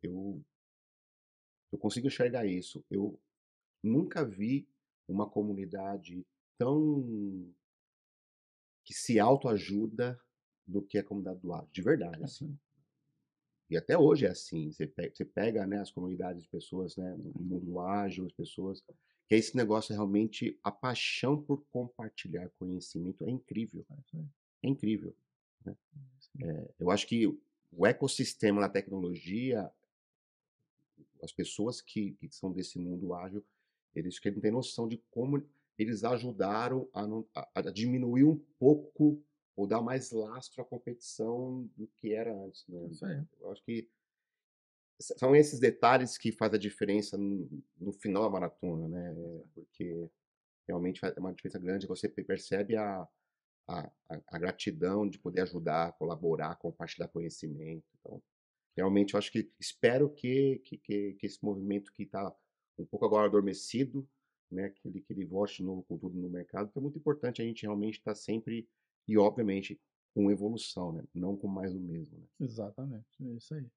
eu consigo enxergar isso. Eu nunca vi uma comunidade tão que se autoajuda do que a comunidade do agro, de verdade, assim. E até hoje é assim, você pega, né, as comunidades de pessoas, né, no mundo ágil, as pessoas, que é esse negócio realmente, a paixão por compartilhar conhecimento é incrível, é incrível, né? Eu acho que o ecossistema da tecnologia, as pessoas que são desse mundo ágil, eles que não têm noção de como eles ajudaram a diminuir um pouco ou dar mais lastro à competição do que era antes, né? Isso aí. Eu acho que são esses detalhes que fazem a diferença no final da maratona, né? Porque realmente é uma diferença grande. Você percebe a gratidão de poder ajudar, colaborar, compartilhar conhecimento. Então, realmente, eu acho que espero que esse movimento que está um pouco agora adormecido, né, que ele volte de novo com tudo no mercado, porque é muito importante a gente realmente estar sempre, e obviamente, com evolução, né? Não com mais do mesmo, né? Exatamente, é isso aí.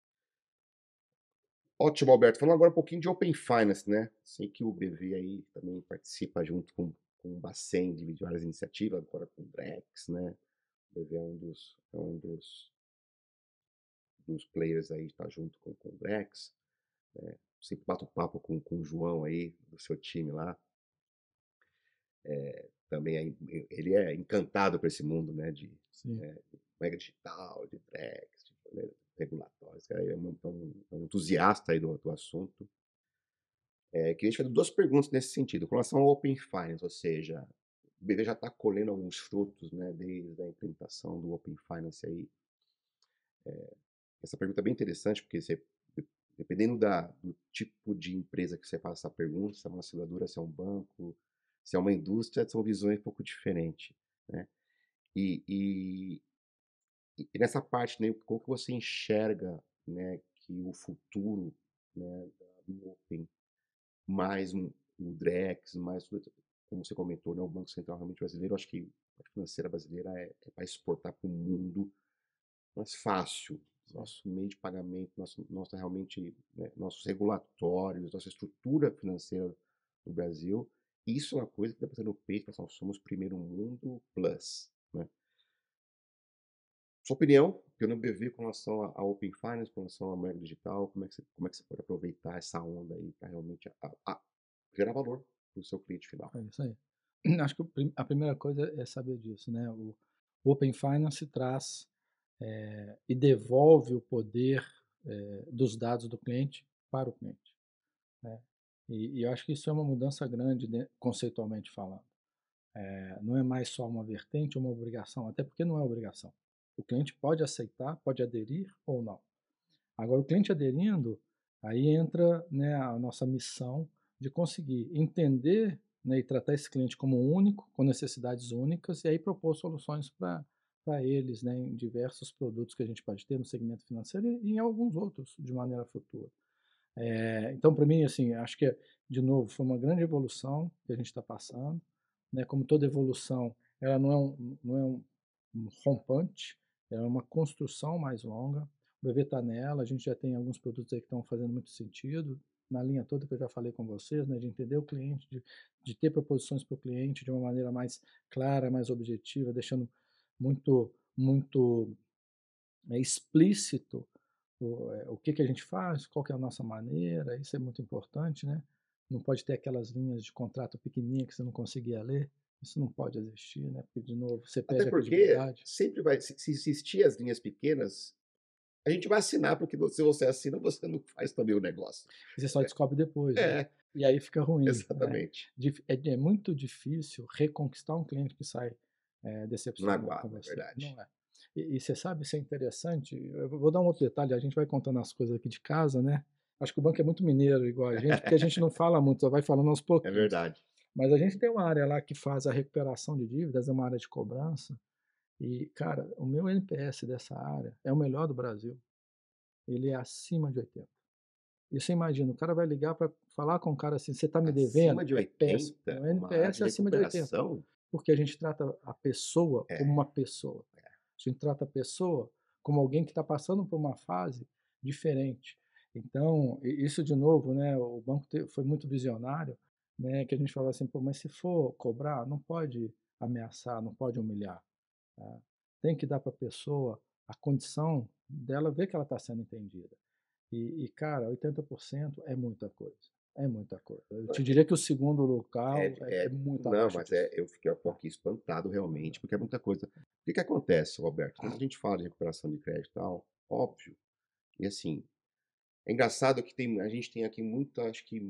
Ótimo, Alberto. Falando agora um pouquinho de Open Finance, né? Sei que o BV aí também participa junto com o Bacen de várias iniciativas, agora com o Drex, né? O BV é um dos players aí, está junto com o Drex. Sempre bato papo com o João aí, do seu time lá. Também ele é encantado por esse mundo, né? Sim. De moeda digital, de Drex, de regulatórios. Cara, é um entusiasta aí do assunto. Queria te fazer 2 perguntas nesse sentido. Com relação ao Open Finance, ou seja, o BV já está colhendo alguns frutos, né, desde a implementação do Open Finance aí. Essa pergunta é bem interessante, porque dependendo do tipo de empresa que você faz essa pergunta, se é uma seguradora, se é um banco, se é uma indústria, são visões um pouco diferentes, né? E, e, e nessa parte, né, como que você enxerga, né, que o futuro, né, do Open mais o Drex, mais tudo, como você comentou, né, o Banco Central realmente brasileiro, acho que a financeira brasileira é para exportar para o mundo mais fácil. Nosso meio de pagamento, nossa realmente, né, nossos regulatórios, nossa estrutura financeira do Brasil, isso é uma coisa que dá para ser no peito, nós somos primeiro mundo plus, né? Sua opinião, pelo BV, com relação a Open Finance, com relação à moeda digital, como é que você pode aproveitar essa onda aí para realmente gerar valor para o seu cliente final? É isso aí. Acho que a primeira coisa é saber disso, né? O Open Finance traz e devolve o poder dos dados do cliente para o cliente, né? E eu acho que isso é uma mudança grande, né, conceitualmente falando. Não é mais só uma vertente ou uma obrigação, até porque não é obrigação. O cliente pode aceitar, pode aderir ou não. Agora, o cliente aderindo, aí entra, né, a nossa missão de conseguir entender, né, e tratar esse cliente como único, com necessidades únicas, e aí propor soluções para eles, né, em diversos produtos que a gente pode ter no segmento financeiro e em alguns outros de maneira futura. Então, para mim, assim, acho que, de novo, foi uma grande evolução que a gente está passando, né? Como toda evolução, ela não é um rompante, ela é uma construção mais longa. O bebê está nela, a gente já tem alguns produtos aí que estão fazendo muito sentido, na linha toda que eu já falei com vocês, né? De entender o cliente, de ter proposições para o cliente de uma maneira mais clara, mais objetiva, deixando muito explícito o que que a gente faz, qual que é a nossa maneira, isso é muito importante, né? Não pode ter aquelas linhas de contrato pequenininha que você não conseguia ler, isso não pode existir, né? Porque, de novo, você Até perde a porque credibilidade sempre vai, se existir as linhas pequenas, a gente vai assinar, porque se você assina, você não faz também o negócio. e você só descobre depois, né? É, E aí fica ruim, né? exatamente. É muito difícil reconquistar um cliente que sai Não decepcionado com aguarda, é você, verdade. não é? E você sabe, isso é interessante, eu vou dar um outro detalhe, a gente vai contando as coisas aqui de casa, né? Acho que o banco é muito mineiro igual a gente, porque a gente não fala muito, só vai falando aos É pouquinhos. verdade. Mas a gente tem uma área lá que faz a recuperação de dívidas, é uma área de cobrança. E, cara, o meu NPS dessa área é o melhor do Brasil. Ele é acima de 80. E você imagina, o cara vai ligar para falar com o cara assim: você está me devendo? Acima de É péssimo. 80, Meu uma área NPS de é acima de 80. recuperação, Porque a gente trata a pessoa como é, uma pessoa. A gente trata a pessoa como alguém que está passando por uma fase diferente. Então, isso de novo, né? O banco foi muito visionário, né? Que a gente falava assim, pô, mas se for cobrar, não pode ameaçar, não pode humilhar. Tá? Tem que dar para a pessoa a condição dela ver que ela está sendo entendida. Cara, 80% é muita coisa. É muita coisa. Eu te diria que o segundo local é muito não, abaixo mas disso. eu fiquei um pouquinho espantado realmente, porque é muita coisa. O que que acontece, Roberto? Quando a gente fala de recuperação de crédito e tal, óbvio, e assim, é engraçado que a gente tem aqui muito, acho que,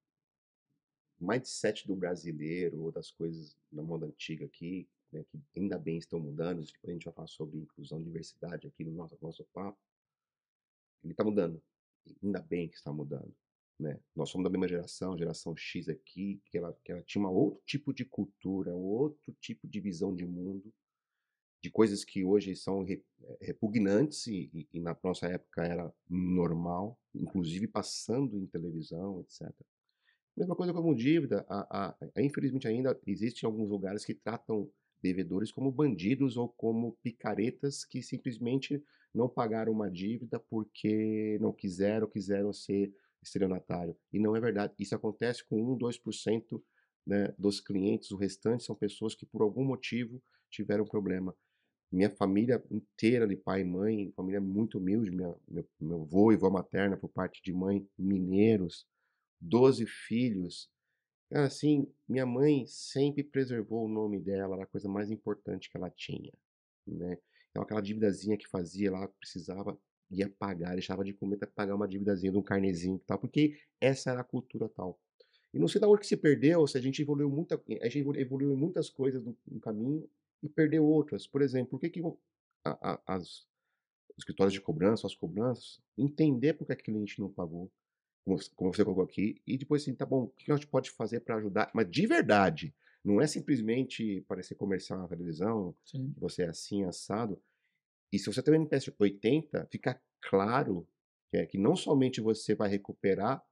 mindset do brasileiro, ou das coisas da moda antiga aqui, né, que ainda bem estão mudando, depois a gente vai falar sobre inclusão e diversidade aqui no nosso papo, ele está mudando, ainda bem que está mudando, né? Nós somos da mesma geração X aqui, que ela tinha um outro tipo de cultura, um outro tipo de visão de mundo, de coisas que hoje são repugnantes e na nossa época era normal, inclusive passando em televisão, etc. Mesma coisa como dívida, infelizmente ainda existem alguns lugares que tratam devedores como bandidos ou como picaretas que simplesmente não pagaram uma dívida porque não quiseram ser estelionatário. E não é verdade. Isso acontece com 1, 2%, né, dos clientes, o restante são pessoas que por algum motivo tiveram problema. Minha família inteira de pai e mãe, família muito humilde, meu avô e avó materna por parte de mãe, mineiros, 12 filhos. Cara, assim, minha mãe sempre preservou o nome dela, era a coisa mais importante que ela tinha, né? Então aquela dívidazinha que fazia lá, precisava, ia pagar, deixava de comer para pagar uma dívidazinha de um carnezinho e tal, porque essa era a cultura tal. E não sei da onde que se perdeu, se a gente evoluiu em muitas coisas no caminho e perdeu outras. Por exemplo, por que que as escritórios de cobrança, as cobranças, entender por que aquele cliente não pagou, como você colocou aqui, e depois assim, tá bom, o que a gente pode fazer para ajudar? Mas de verdade, não é simplesmente parecer comercial na televisão, Sim, que você é assim, assado. E se você tem um NPS 80, fica claro que não somente você vai recuperar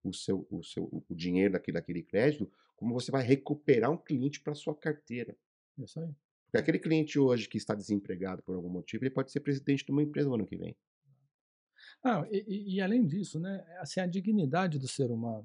o dinheiro daquele crédito, como você vai recuperar um cliente para sua carteira. é isso aí. Porque aquele cliente hoje que está desempregado por algum motivo, ele pode ser presidente de uma empresa no ano que vem. Ah, e além disso, né, assim, a dignidade do ser humano.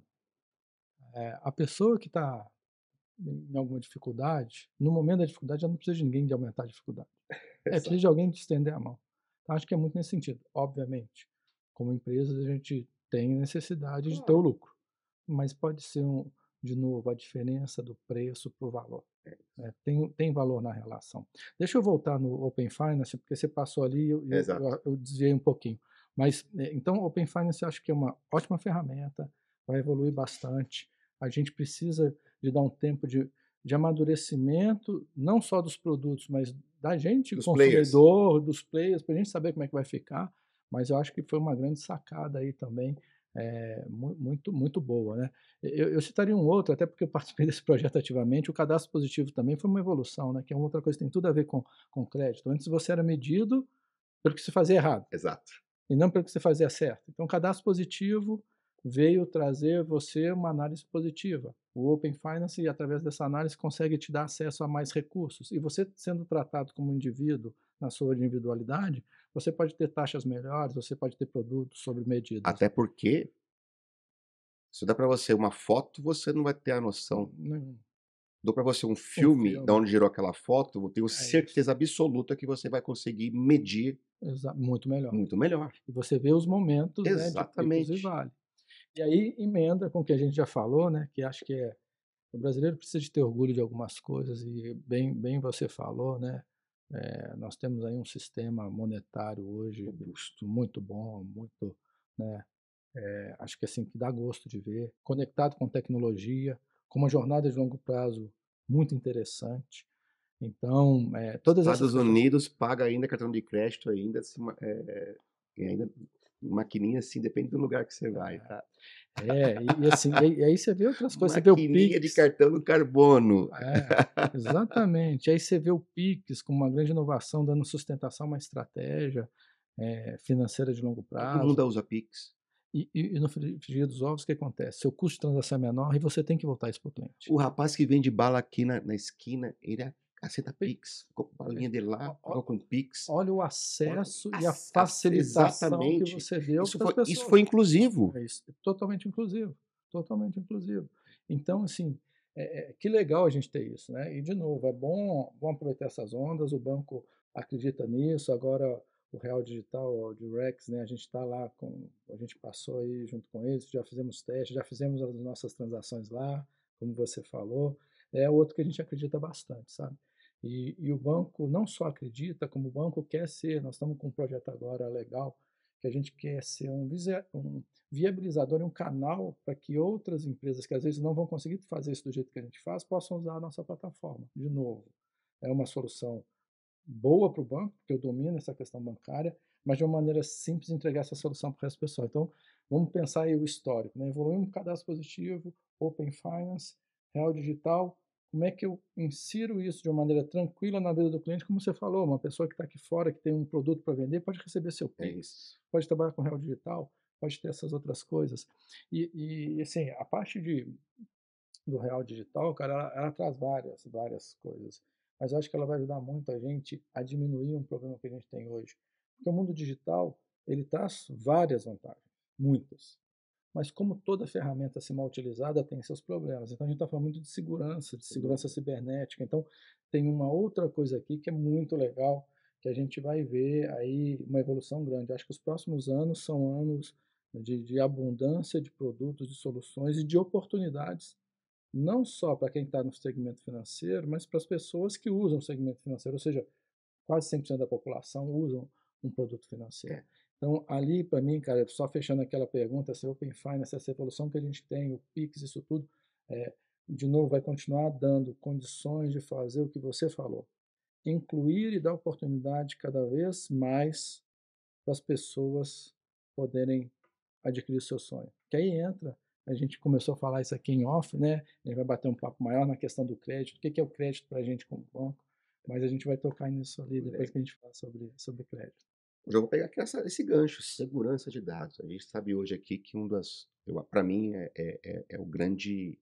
A pessoa que está em alguma dificuldade, no momento da dificuldade, ela não precisa de ninguém de aumentar a dificuldade. Precisa Exato. de alguém de estender a mão. Então, acho que é muito nesse sentido. Obviamente, como empresas, a gente tem necessidade de ter o Claro. lucro, mas pode ser, de novo, a diferença do preço para o valor. Tem valor na relação. Deixa eu voltar no Open Finance, porque você passou ali e Exato. eu desviei um pouquinho. Mas, então, o Open Finance eu acho que é uma ótima ferramenta, vai evoluir bastante. A gente precisa de dar um tempo de amadurecimento, não só dos produtos, mas da gente, Dos players. consumidor, dos players, para a gente saber como é que vai ficar. Mas eu acho que foi uma grande sacada aí também, muito, muito boa, né? Eu citaria um outro, até porque eu participei desse projeto ativamente, o cadastro positivo também foi uma evolução, né? Que é uma outra coisa que tem tudo a ver com crédito. Antes você era medido pelo que se fazia errado Exato. e não pelo que você fazia certo. Então, cadastro positivo, veio trazer você uma análise positiva. O Open Finance, através dessa análise, consegue te dar acesso a mais recursos. E você sendo tratado como indivíduo, na sua individualidade, você pode ter taxas melhores, você pode ter produtos sob medidas. Até porque, se dá para você uma foto, você não vai ter a noção. Nenhum. Dou para você um Um filme de filme, onde gerou aquela foto, eu tenho é isso. certeza absoluta que você vai conseguir medir Muito melhor. muito melhor. E você vê os momentos, né, de picos e Exatamente. vales. E aí emenda com o que a gente já falou, né, que acho que o brasileiro precisa de ter orgulho de algumas coisas e bem você falou, né, nós temos aí um sistema monetário hoje Robusto. muito bom, muito, né, acho que assim que dá gosto de ver, conectado com tecnologia, com uma jornada de longo prazo muito interessante. Então, todas essas Estados questões. Unidos paga ainda cartão de crédito ainda, e ainda maquininha assim, depende do lugar que você vai, tá? E assim, e aí você vê outras coisas, você vê o Maquininha de Pix. cartão no carbono. Exatamente. Aí você vê o Pix como uma grande inovação, dando sustentação a uma estratégia financeira de longo Todo prazo. mundo usa Pix. E no frigir dos ovos, o que acontece? Seu custo de transação é menor e você tem que voltar isso para o cliente. O rapaz que vende bala aqui na esquina, ele aceita Pix. Compra a balinha dele lá, paga com Pix. Olha o Olha, acesso e a facilitação que exatamente. você deu para as Isso pessoas. foi inclusivo. É isso, totalmente inclusivo, totalmente inclusivo. Então, assim, que legal a gente ter isso, né? E, de novo, é bom aproveitar essas ondas, o banco acredita nisso, agora o Real Digital, o Durex, né? A gente está lá, a gente passou aí junto com eles, já fizemos testes, já fizemos as nossas transações lá, como você falou, é outro que a gente acredita bastante, sabe? E o banco não só acredita, como o banco quer ser, nós estamos com um projeto agora legal, que a gente quer ser um viabilizador e um canal para que outras empresas que às vezes não vão conseguir fazer isso do jeito que a gente faz, possam usar a nossa plataforma. De novo, é uma solução boa para o banco, porque eu domino essa questão bancária, mas de uma maneira simples entregar essa solução para o resto do pessoal. Então, vamos pensar aí o histórico, né? Evoluímos cadastro positivo, Open Finance, Real Digital. Como é que eu insiro isso de uma maneira tranquila na vida do cliente? Como você falou, uma pessoa que está aqui fora, que tem um produto para vender, pode receber seu É Pix, isso. pode trabalhar com Real Digital, pode ter essas outras coisas. Assim, a parte do Real Digital, cara, ela traz várias coisas. Mas eu acho que ela vai ajudar muito a gente a diminuir um problema que a gente tem hoje. Porque o mundo digital, ele traz várias vantagens, muitas. Mas como toda ferramenta assim mal utilizada tem seus problemas. Então a gente está falando muito de segurança cibernética. Então tem uma outra coisa aqui que é muito legal, que a gente vai ver aí uma evolução grande. Acho que os próximos anos são anos de abundância de produtos, de soluções e de oportunidades não só para quem está no segmento financeiro, mas para as pessoas que usam o segmento financeiro, ou seja, quase 100% da população usam um produto financeiro. É. Então, ali, para mim, cara, só fechando aquela pergunta, se Open Finance, essa evolução que a gente tem, o Pix, isso tudo, é, de novo, vai continuar dando condições de fazer o que você falou. Incluir e dar oportunidade cada vez mais para as pessoas poderem adquirir o seu sonho. Que aí entra, a gente começou a falar isso aqui em off, né? A gente vai bater um papo maior na questão do crédito. O que é o crédito para a gente como banco? Mas a gente vai tocar nisso ali depois que a gente falar sobre crédito. Eu já vou pegar aqui esse gancho, segurança de dados. A gente sabe hoje aqui que para mim, é o grande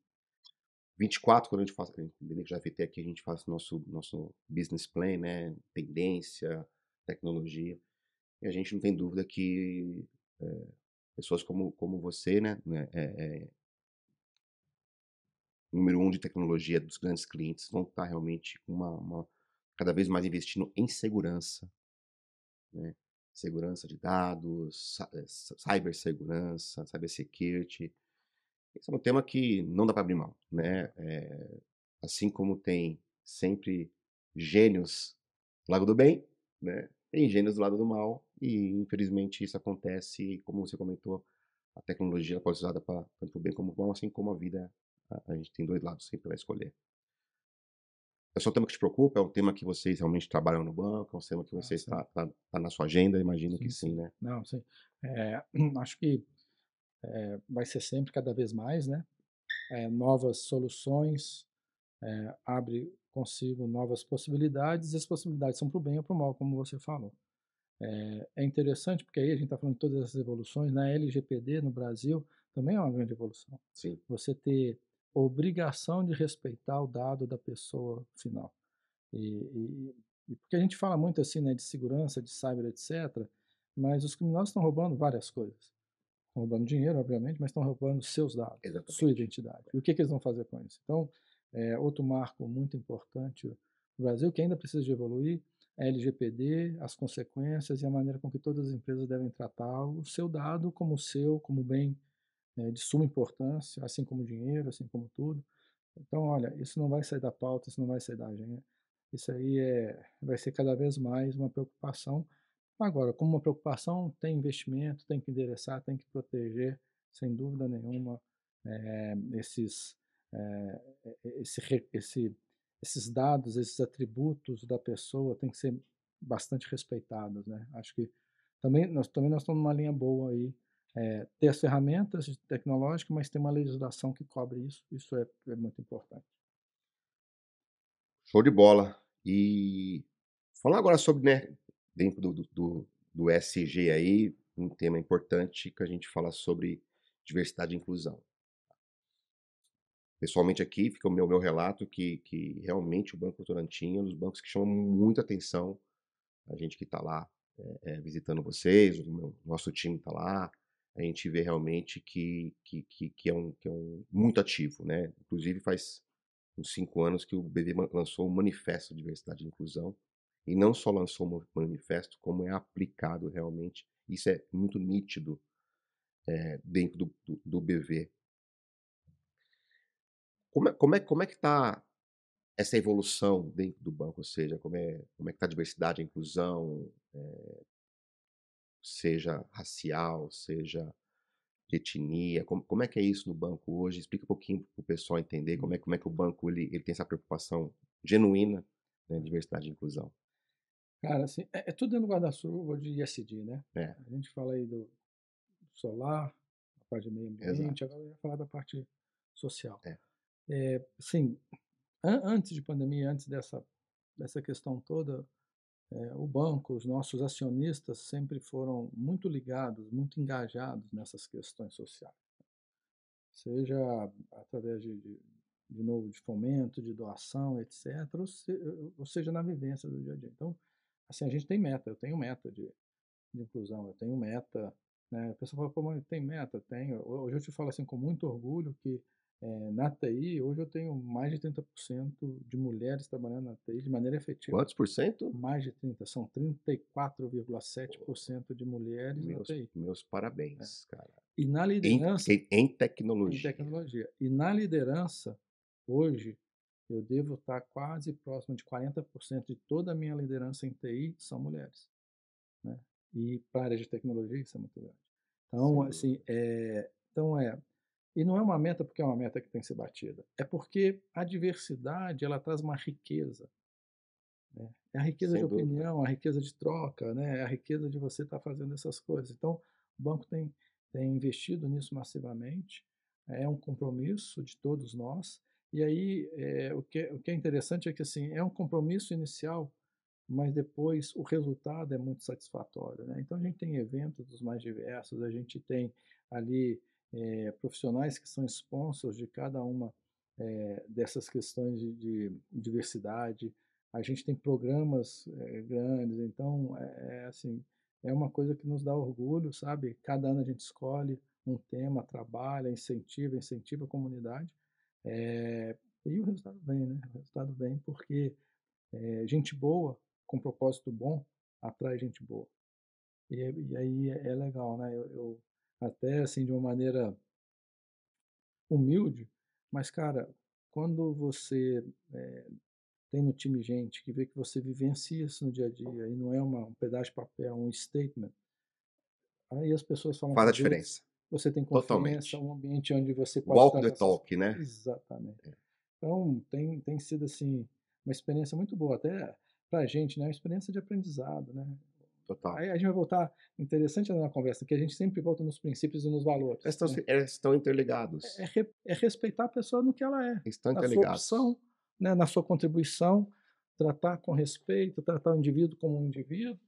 24, quando a gente faz, que já VT aqui, a gente faz nosso business plan, né? Tendência, tecnologia. E a gente não tem dúvida que pessoas como você, né? Número um de tecnologia dos grandes clientes vão estar realmente cada vez mais investindo em segurança, né? Segurança de dados, cibersegurança, cybersecurity. Esse é um tema que não dá para abrir mão, né? Assim como tem sempre gênios do lado do bem, né? Tem gênios do lado do mal e infelizmente isso acontece. E como você comentou, a tecnologia pode ser usada tanto para o bem como para o mal, assim como a vida, a gente tem dois lados sempre para escolher. É só um tema que te preocupa? É um tema que vocês realmente trabalham no banco? É um tema que vocês Sim. tá na sua agenda? Imagino que Sim. sim, né? Não, sim. Acho que vai ser sempre cada vez mais, né? Novas soluções, abre consigo novas possibilidades, e as possibilidades são para o bem ou para o mal, como você falou. É interessante porque aí a gente está falando de todas essas evoluções, na LGPD no Brasil também é uma grande evolução. Sim. Você ter obrigação de respeitar o dado da pessoa final. E porque a gente fala muito assim, né, de segurança, de cyber, etc., mas os criminosos estão roubando várias coisas. Estão roubando dinheiro, obviamente, mas estão roubando seus dados, sua Exatamente. identidade. E o que eles vão fazer com isso? Então, outro marco muito importante no Brasil, que ainda precisa de evoluir, é a LGPD, as consequências e a maneira com que todas as empresas devem tratar o seu dado como seu, como bem de suma importância, assim como o dinheiro, assim como tudo. Então, olha, isso não vai sair da pauta, isso não vai sair da agenda. Isso aí vai ser cada vez mais uma preocupação. Agora, como uma preocupação, tem investimento, tem que endereçar, tem que proteger, sem dúvida nenhuma, esses, eh, esses dados, esses atributos da pessoa têm que ser bastante respeitados, né? Acho que também nós estamos numa linha boa aí, ter as ferramentas tecnológicas, mas ter uma legislação que cobre isso, isso é muito importante. Show de bola. E falar agora sobre, né, dentro do ESG aí, um tema importante que a gente fala sobre diversidade e inclusão. Pessoalmente aqui fica o meu relato que realmente o Banco Votorantim é um dos bancos que chamam muita atenção, a gente que está lá, visitando vocês, o nosso time está lá, a gente vê realmente que é um muito ativo, né. Inclusive faz uns 5 anos que o BV lançou um manifesto de diversidade e inclusão, e não só lançou um manifesto, como é aplicado realmente, isso é muito nítido, dentro do BV. Como é que está essa evolução dentro do banco? Ou seja, como é que está a diversidade, a inclusão, seja racial, seja de etnia, como é que é isso no banco hoje? Explica um pouquinho para o pessoal entender como é que o banco ele tem essa preocupação genuína, né, diversidade e inclusão. Cara, assim, é tudo dentro do guarda-chuva de ISD, né? É, A gente fala aí do solar, a parte de meio exato. ambiente, agora eu ia falar da parte social. É. Assim, antes de pandemia, antes dessa questão toda, o banco, os nossos acionistas sempre foram muito ligados, muito engajados nessas questões sociais, seja através de novo, de fomento, de doação, etc., ou seja, na vivência do dia a dia. Então, assim, a gente tem meta, eu tenho meta de inclusão, eu tenho meta, né? A pessoa fala, pô, mas tem meta? Tenho. Hoje eu te falo assim com muito orgulho que na TI, hoje eu tenho mais de 30% de mulheres trabalhando na TI de maneira efetiva. Quantos por cento? Mais de 30, são 34,7% de mulheres na TI. Meus parabéns, cara. E na Em liderança, em em tecnologia. tecnologia. E na liderança, hoje, eu devo estar quase próximo de 40% de toda a minha liderança em TI são mulheres, né? E para a área de tecnologia isso é muito grande. Então, Sem assim, dúvida. e não é uma meta porque é uma meta que tem que ser batida, é porque a diversidade ela traz uma riqueza, né? É a riqueza de Sem dúvida. opinião, a riqueza de troca, né? É a riqueza de você estar fazendo essas coisas. Então, o banco tem investido nisso massivamente, é um compromisso de todos nós. E aí, o que é interessante é que assim, é um compromisso inicial, mas depois o resultado é muito satisfatório, né? Então, a gente tem eventos dos mais diversos, a gente tem ali profissionais que são sponsors de cada uma dessas questões de diversidade, a gente tem programas grandes, então assim, é uma coisa que nos dá orgulho, sabe? Cada ano a gente escolhe um tema, trabalha, incentiva a comunidade, e o resultado vem, né? O resultado vem porque gente boa, com propósito bom, atrai gente boa. E aí é legal, né? Eu até assim, de uma maneira humilde, mas cara, quando você tem no time gente que vê que você vivencia isso no dia a dia e não é um pedaço de papel, um statement, aí as pessoas falam Faz com a os outros, diferença. você tem confiança, Totalmente. um ambiente onde você pode Walk the tratar essas talk, coisas. né. Exatamente. Então, tem sido assim, uma experiência muito boa, até para a gente, né? Uma experiência de aprendizado, né? Total. Aí a gente vai voltar, interessante na conversa, que a gente sempre volta nos princípios e nos valores, né? Eles estão interligados. É respeitar a pessoa no que ela é, Estão na sua interligados. opção, né, na sua contribuição, tratar com respeito, tratar o indivíduo como um indivíduo,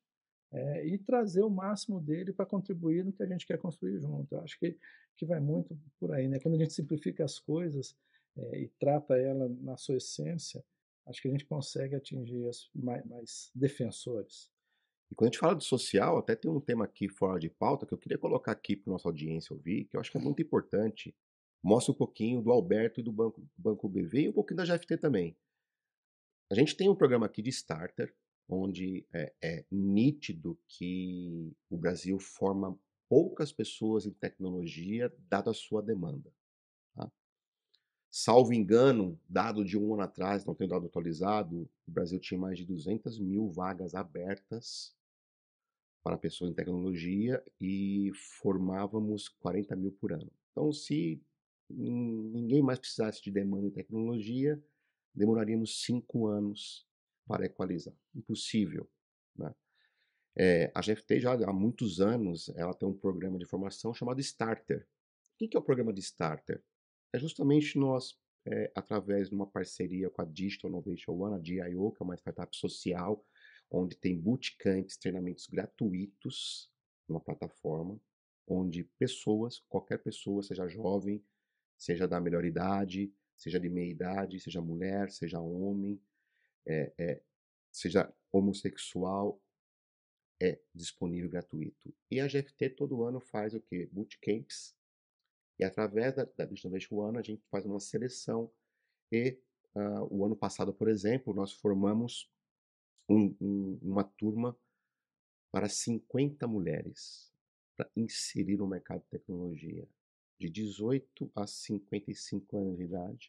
e trazer o máximo dele para contribuir no que a gente quer construir junto. Eu acho que vai muito por aí, né. Quando a gente simplifica as coisas, e trata ela na sua essência, acho que a gente consegue atingir as mais defensores. E quando a gente fala de social, até tem um tema aqui fora de pauta que eu queria colocar aqui para nossa audiência ouvir, que eu acho que é muito importante. Mostra um pouquinho do Alberto e do Banco BV e um pouquinho da GFT também. A gente tem um programa aqui de starter, onde é nítido que o Brasil forma poucas pessoas em tecnologia, dada a sua demanda. Tá? Salvo engano, dado de um ano atrás, não tenho dado atualizado, o Brasil tinha mais de 200 mil vagas abertas para pessoas em tecnologia e formávamos 40 mil por ano. Então, se ninguém mais precisasse de demanda em tecnologia, demoraríamos 5 anos para equalizar. Impossível. Né? A GFT já há muitos anos ela tem um programa de formação chamado Starter. O que é o programa de Starter? É justamente nós, através de uma parceria com a Digital Innovation One, a DIO, que é uma startup social, onde tem bootcamps, treinamentos gratuitos, numa plataforma, onde pessoas, qualquer pessoa, seja jovem, seja da melhor idade, seja de meia idade, seja mulher, seja homem, seja homossexual, é disponível gratuito. E a GFT todo ano faz o quê? Bootcamps. E através da Digital Innovation One a gente faz uma seleção e o ano passado, por exemplo, nós formamos uma turma para 50 mulheres para inserir no mercado de tecnologia, de 18 a 55 anos de idade.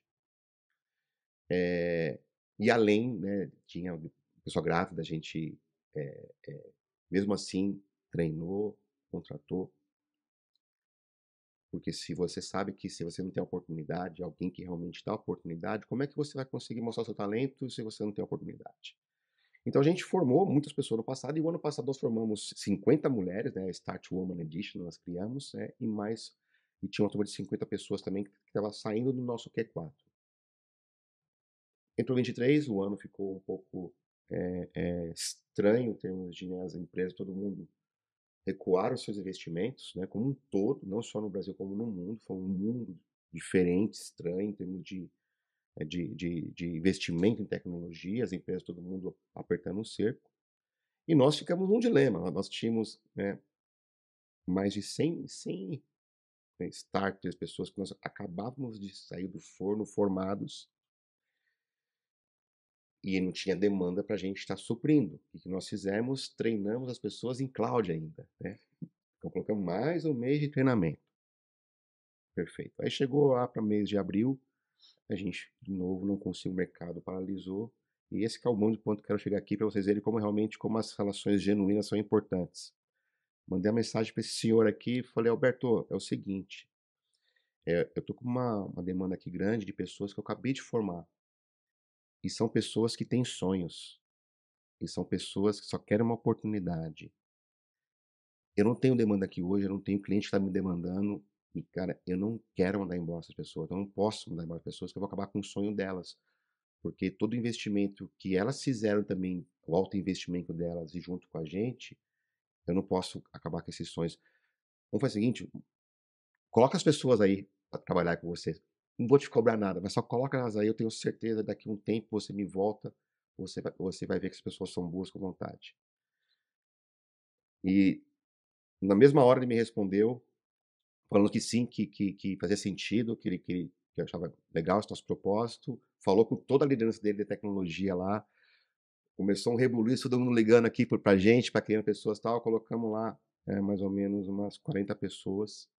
E além, né, tinha pessoa grávida, a gente, mesmo assim, treinou, contratou, porque se você sabe que se você não tem oportunidade, alguém que realmente dá oportunidade, como é que você vai conseguir mostrar seu talento se você não tem oportunidade? Então a gente formou muitas pessoas no passado, e o ano passado nós formamos 50 mulheres, né, Start Woman Edition nós criamos, né, e tinha uma turma de 50 pessoas também que estava saindo do nosso Q4. Entrou 23, o ano ficou um pouco estranho em termos de, né, as empresas, todo mundo recuaram os seus investimentos, né, como um todo, não só no Brasil como no mundo, foi um mundo diferente, estranho em termos de investimento em tecnologia, as empresas, todo mundo apertando o cerco. E nós ficamos num dilema. Nós tínhamos, né, mais de 100 né, starters, pessoas que nós acabávamos de sair do forno formados e não tinha demanda para a gente estar suprindo. O que nós fizemos? Treinamos as pessoas em cloud ainda. Né? Então colocamos mais um mês de treinamento. Perfeito. Aí chegou lá para mês de abril, a gente, de novo, não conseguiu, o mercado paralisou. E esse que é o bom de ponto que eu quero chegar aqui para vocês verem como realmente como as relações genuínas são importantes. Mandei uma mensagem para esse senhor aqui e falei, Alberto, é o seguinte, eu tô com uma demanda aqui grande de pessoas que eu acabei de formar. E são pessoas que têm sonhos. E são pessoas que só querem uma oportunidade. Eu não tenho demanda aqui hoje, eu não tenho cliente que está me demandando. E, cara, eu não quero mandar embora essas pessoas. Eu não posso mandar embora as pessoas, que eu vou acabar com o sonho delas. Porque todo investimento que elas fizeram também, o alto investimento delas e junto com a gente, eu não posso acabar com esses sonhos. Vamos fazer o seguinte, coloca as pessoas aí para trabalhar com você. Não vou te cobrar nada, mas só coloca elas aí, eu tenho certeza, daqui a um tempo você me volta, você vai ver que as pessoas são boas com vontade. E na mesma hora ele me respondeu, falando que sim, que fazia sentido, que achava legal esse nosso propósito, falou com toda a liderança dele de tecnologia lá, começou um rebuliço, todo mundo ligando aqui pra gente, para criando pessoas e tal, colocamos lá mais ou menos umas 40 pessoas.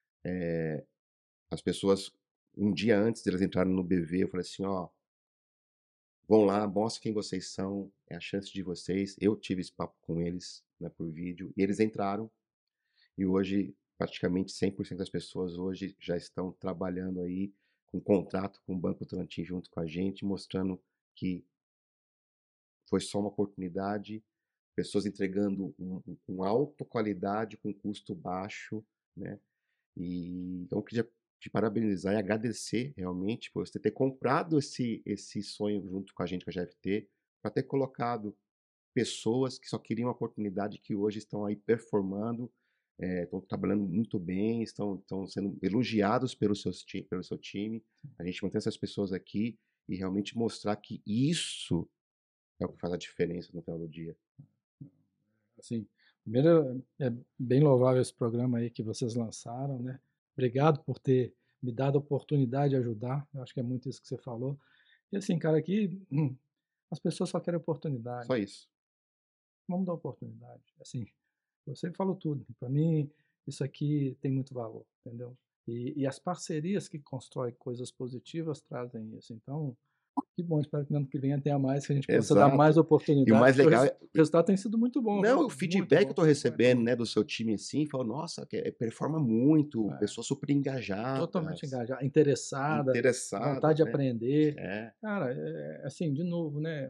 As pessoas, um dia antes de elas entrarem no BV, eu falei assim, ó, vão lá, mostra quem vocês são, é a chance de vocês. Eu tive esse papo com eles, né, por vídeo, e eles entraram, e hoje praticamente 100% das pessoas hoje já estão trabalhando aí com contrato com o Banco Votorantim junto com a gente, mostrando que foi só uma oportunidade, pessoas entregando com alta qualidade, com custo baixo, né? E então eu queria te parabenizar e agradecer realmente por você ter comprado esse sonho junto com a gente, com a GFT, para ter colocado pessoas que só queriam oportunidade, que hoje estão aí performando, estão trabalhando muito bem, estão sendo elogiados pelo seu time. A gente manter essas pessoas aqui e realmente mostrar que isso é o que faz a diferença no final do dia. Assim, primeiro é bem louvável esse programa aí que vocês lançaram, né? Obrigado por ter me dado a oportunidade de ajudar. Eu acho que é muito isso que você falou. E assim, cara, aqui as pessoas só querem Só oportunidade. isso. Vamos dar oportunidade. Assim, você falou tudo. Para mim, isso aqui tem muito valor, entendeu? E as parcerias que constroem coisas positivas trazem isso. Então, que bom, espero que no ano que venha tenha mais, que a gente possa dar mais Exato. E o oportunidade, mais porque o legal é resultado tem sido muito bom, não, viu? o Muito feedback que eu bom, tô muito recebendo, bom. né, do seu time, assim, fala: "Nossa, performa muito, É, pessoas super totalmente engajadas, engajada, interessada, vontade interessadas", de né. aprender. É, Cara, assim, de novo, né?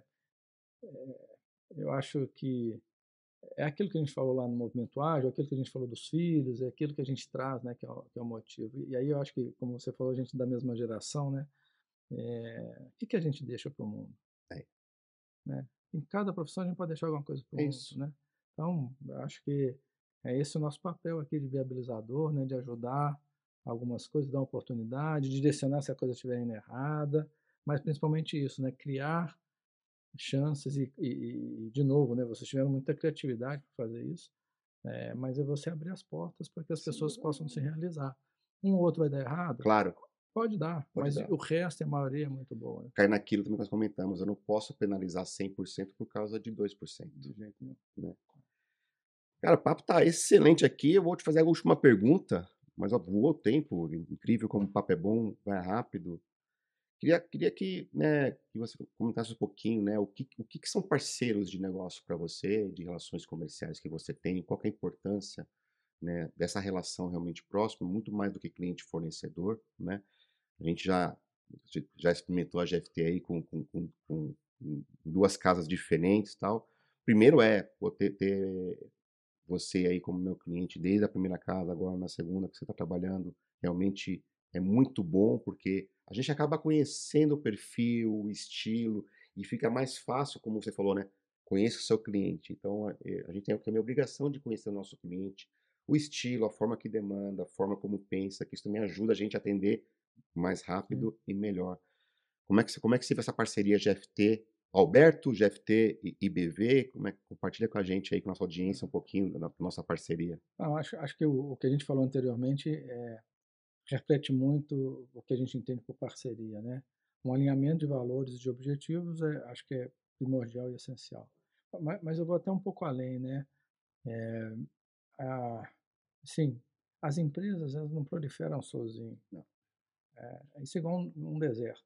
Eu acho que é aquilo que a gente falou lá no Movimento Ágil, é aquilo que a gente falou dos filhos, é aquilo que a gente traz, né, que é o motivo. E aí eu acho que, como você falou, a gente é da mesma geração, né? O que a gente deixa para o mundo, é, né? Em cada profissão a gente pode deixar alguma coisa para o é mundo, isso. né? Então, eu acho que é esse o nosso papel aqui de viabilizador, né? De ajudar algumas coisas, dar uma oportunidade, direcionar se a coisa estiver indo errada, mas principalmente isso, né? Criar chances e de novo, né? Vocês tiveram muita criatividade para fazer isso, mas é você abrir as portas para que as Sim, pessoas possam se realizar. Um ou outro vai dar errado? claro, Pode dar, pode mas dar. o resto, a maioria é muito boa, né? Cai naquilo também que nós comentamos, eu não posso penalizar 100% por causa de 2%, De jeito nenhum. né. Cara, o papo tá excelente aqui, eu vou te fazer a última pergunta, mas ó, voou o tempo, incrível como o papo é bom, vai rápido. Queria que, né, que você comentasse um pouquinho, né, o que são parceiros de negócio para você, de relações comerciais que você tem, qual que é a importância, né, dessa relação realmente próxima, muito mais do que cliente fornecedor, né? A gente já experimentou a GFT aí com 2 casas diferentes, tal. Primeiro pô, ter você aí como meu cliente desde a primeira casa, agora na segunda que você está trabalhando, realmente é muito bom, porque a gente acaba conhecendo o perfil, o estilo, e fica mais fácil, como você falou, né? Conheça o seu cliente. Então, a gente tem a obrigação de conhecer o nosso cliente, o estilo, a forma que demanda, a forma como pensa, que isso também ajuda a gente a atender mais Sim. rápido e melhor. Como é que se vê essa parceria GFT Alberto, GFT e IBV? Compartilha com a gente aí, com a nossa audiência, um pouquinho da nossa parceria. Não, acho que o que a gente falou anteriormente reflete muito o que a gente entende por parceria, né? Um alinhamento de valores e de objetivos acho que é primordial e essencial. Mas eu vou até um pouco além, né? A, sim, as empresas elas não proliferam sozinhas. Não. Isso é igual um deserto.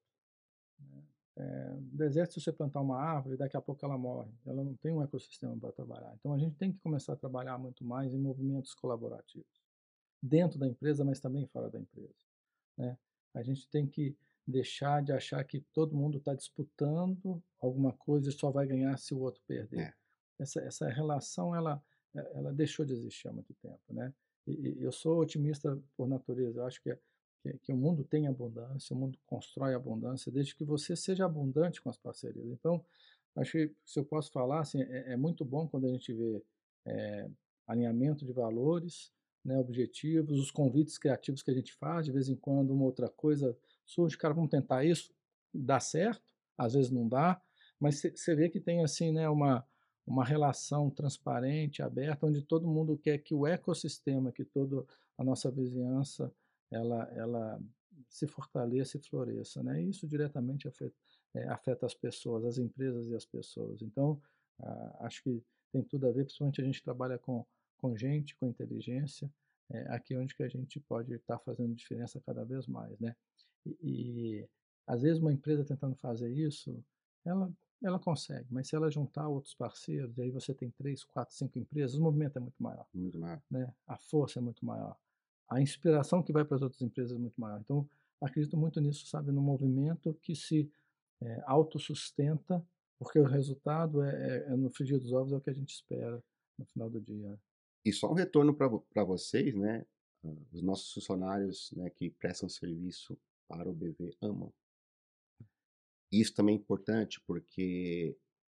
No deserto, se você plantar uma árvore, daqui a pouco ela morre. Ela não tem um ecossistema para trabalhar. Então a gente tem que começar a trabalhar muito mais em movimentos colaborativos, dentro da empresa, mas também fora da empresa, né? A gente tem que deixar de achar que todo mundo está disputando alguma coisa e só vai ganhar se o outro perder. É, Essa relação ela deixou de existir há muito tempo, né? E eu sou otimista por natureza. Eu acho que o mundo tem abundância, o mundo constrói abundância, desde que você seja abundante com as parcerias. Então, acho que se eu posso falar, assim, é muito bom quando a gente vê é, alinhamento de valores, né, objetivos, os convites criativos que a gente faz, de vez em quando uma outra coisa surge, cara, vamos tentar isso, dá certo, às vezes não dá, mas você vê que tem assim, né, uma relação transparente, aberta, onde todo mundo quer que o ecossistema, que toda a nossa vizinhança, ela se fortaleça e floresça, né? E isso diretamente afeta as pessoas, as empresas e as pessoas. Então, acho que tem tudo a ver, principalmente a gente trabalha com gente, com inteligência, aqui é onde que a gente pode estar fazendo diferença cada vez mais, né? E às vezes uma empresa tentando fazer isso, ela ela consegue, mas se ela juntar outros parceiros, e aí você tem 3, 4, 5 empresas, o movimento é muito maior, muito mais. né? A força é muito maior. A inspiração que vai para as outras empresas é muito maior. Então, acredito muito nisso, sabe? No movimento que se autossustenta, porque o resultado no frigir dos ovos é o que a gente espera no final do dia, né? E só um retorno para vocês, né? Os nossos funcionários, né, que prestam serviço para o BV amam. Isso também é importante porque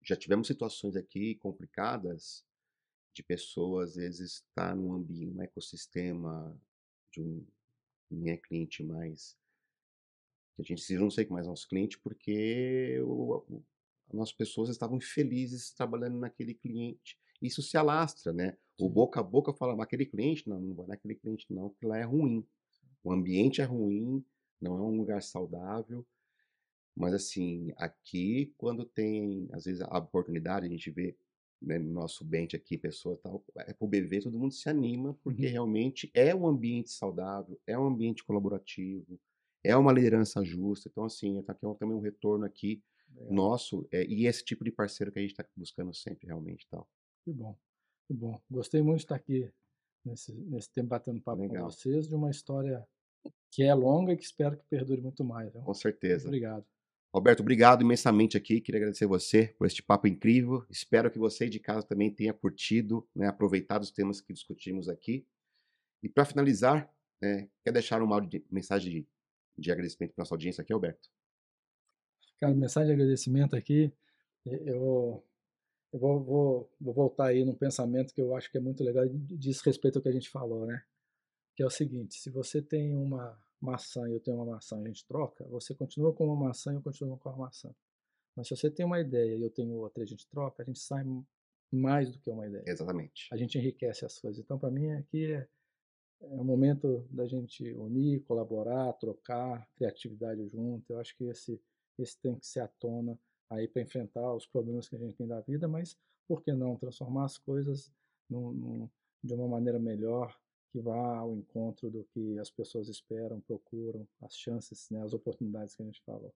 já tivemos situações aqui complicadas de pessoas, às vezes, estar num ambiente, um ecossistema de um nem é cliente mais, que a gente não sei mais nosso cliente, porque as pessoas estavam infelizes trabalhando naquele cliente. Isso se alastra, né? O Sim. boca a boca fala, mas aquele cliente, não vai naquele cliente não, porque lá é ruim. O ambiente é ruim, não é um lugar saudável. Mas assim, aqui quando tem, às vezes, a oportunidade, a gente vê, né, no nosso bench aqui, pessoa tal, é pro BV, todo mundo se anima, porque Uhum. realmente é um ambiente saudável, é um ambiente colaborativo, é uma liderança justa. Então, assim, tá aqui também um retorno aqui Legal. nosso, e esse tipo de parceiro que a gente está buscando sempre, realmente, tal. Que bom, que bom. Gostei muito de estar aqui nesse tempo batendo papo com Legal, vocês, de uma história que é longa e que espero que perdure muito mais, viu? com certeza. Obrigado. Roberto, obrigado imensamente aqui. Queria agradecer você por este papo incrível. Espero que você de casa também tenha curtido, né, aproveitado os temas que discutimos aqui. E para finalizar, quer deixar uma mensagem de agradecimento para nossa audiência aqui, Alberto? Cara, mensagem de agradecimento aqui. Eu, eu vou voltar aí num pensamento que eu acho que é muito legal e diz respeito ao que a gente falou, né? Que é o seguinte: se você tem uma maçã e eu tenho uma maçã e a gente troca, você continua com uma maçã e eu continuo com a maçã. Mas se você tem uma ideia e eu tenho outra e a gente troca, a gente sai mais do que uma ideia. Exatamente. A gente enriquece as coisas. Então, para mim, aqui é o momento da gente unir, colaborar, trocar, criatividade junto. Eu acho que esse tem que ser a tona aí para enfrentar os problemas que a gente tem da vida, mas por que não transformar as coisas de uma maneira melhor, que vá ao encontro do que as pessoas esperam, procuram, as chances, né, as oportunidades que a gente falou.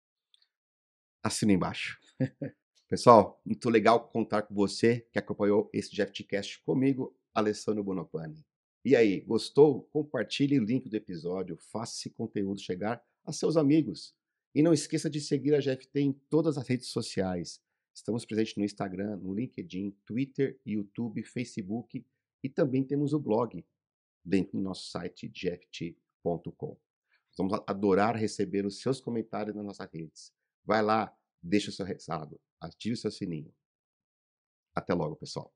Assina embaixo. Pessoal, muito legal contar com você que acompanhou esse GFTcast comigo, Alessandro Bonopani. E aí, gostou? Compartilhe o link do episódio, faça esse conteúdo chegar a seus amigos. E não esqueça de seguir a GFT em todas as redes sociais. Estamos presentes no Instagram, no LinkedIn, Twitter, YouTube, Facebook e também temos o blog dentro do nosso site gft.com. Vamos adorar receber os seus comentários nas nossas redes. Vai lá, deixa o seu recado, ative o seu sininho. Até logo, pessoal.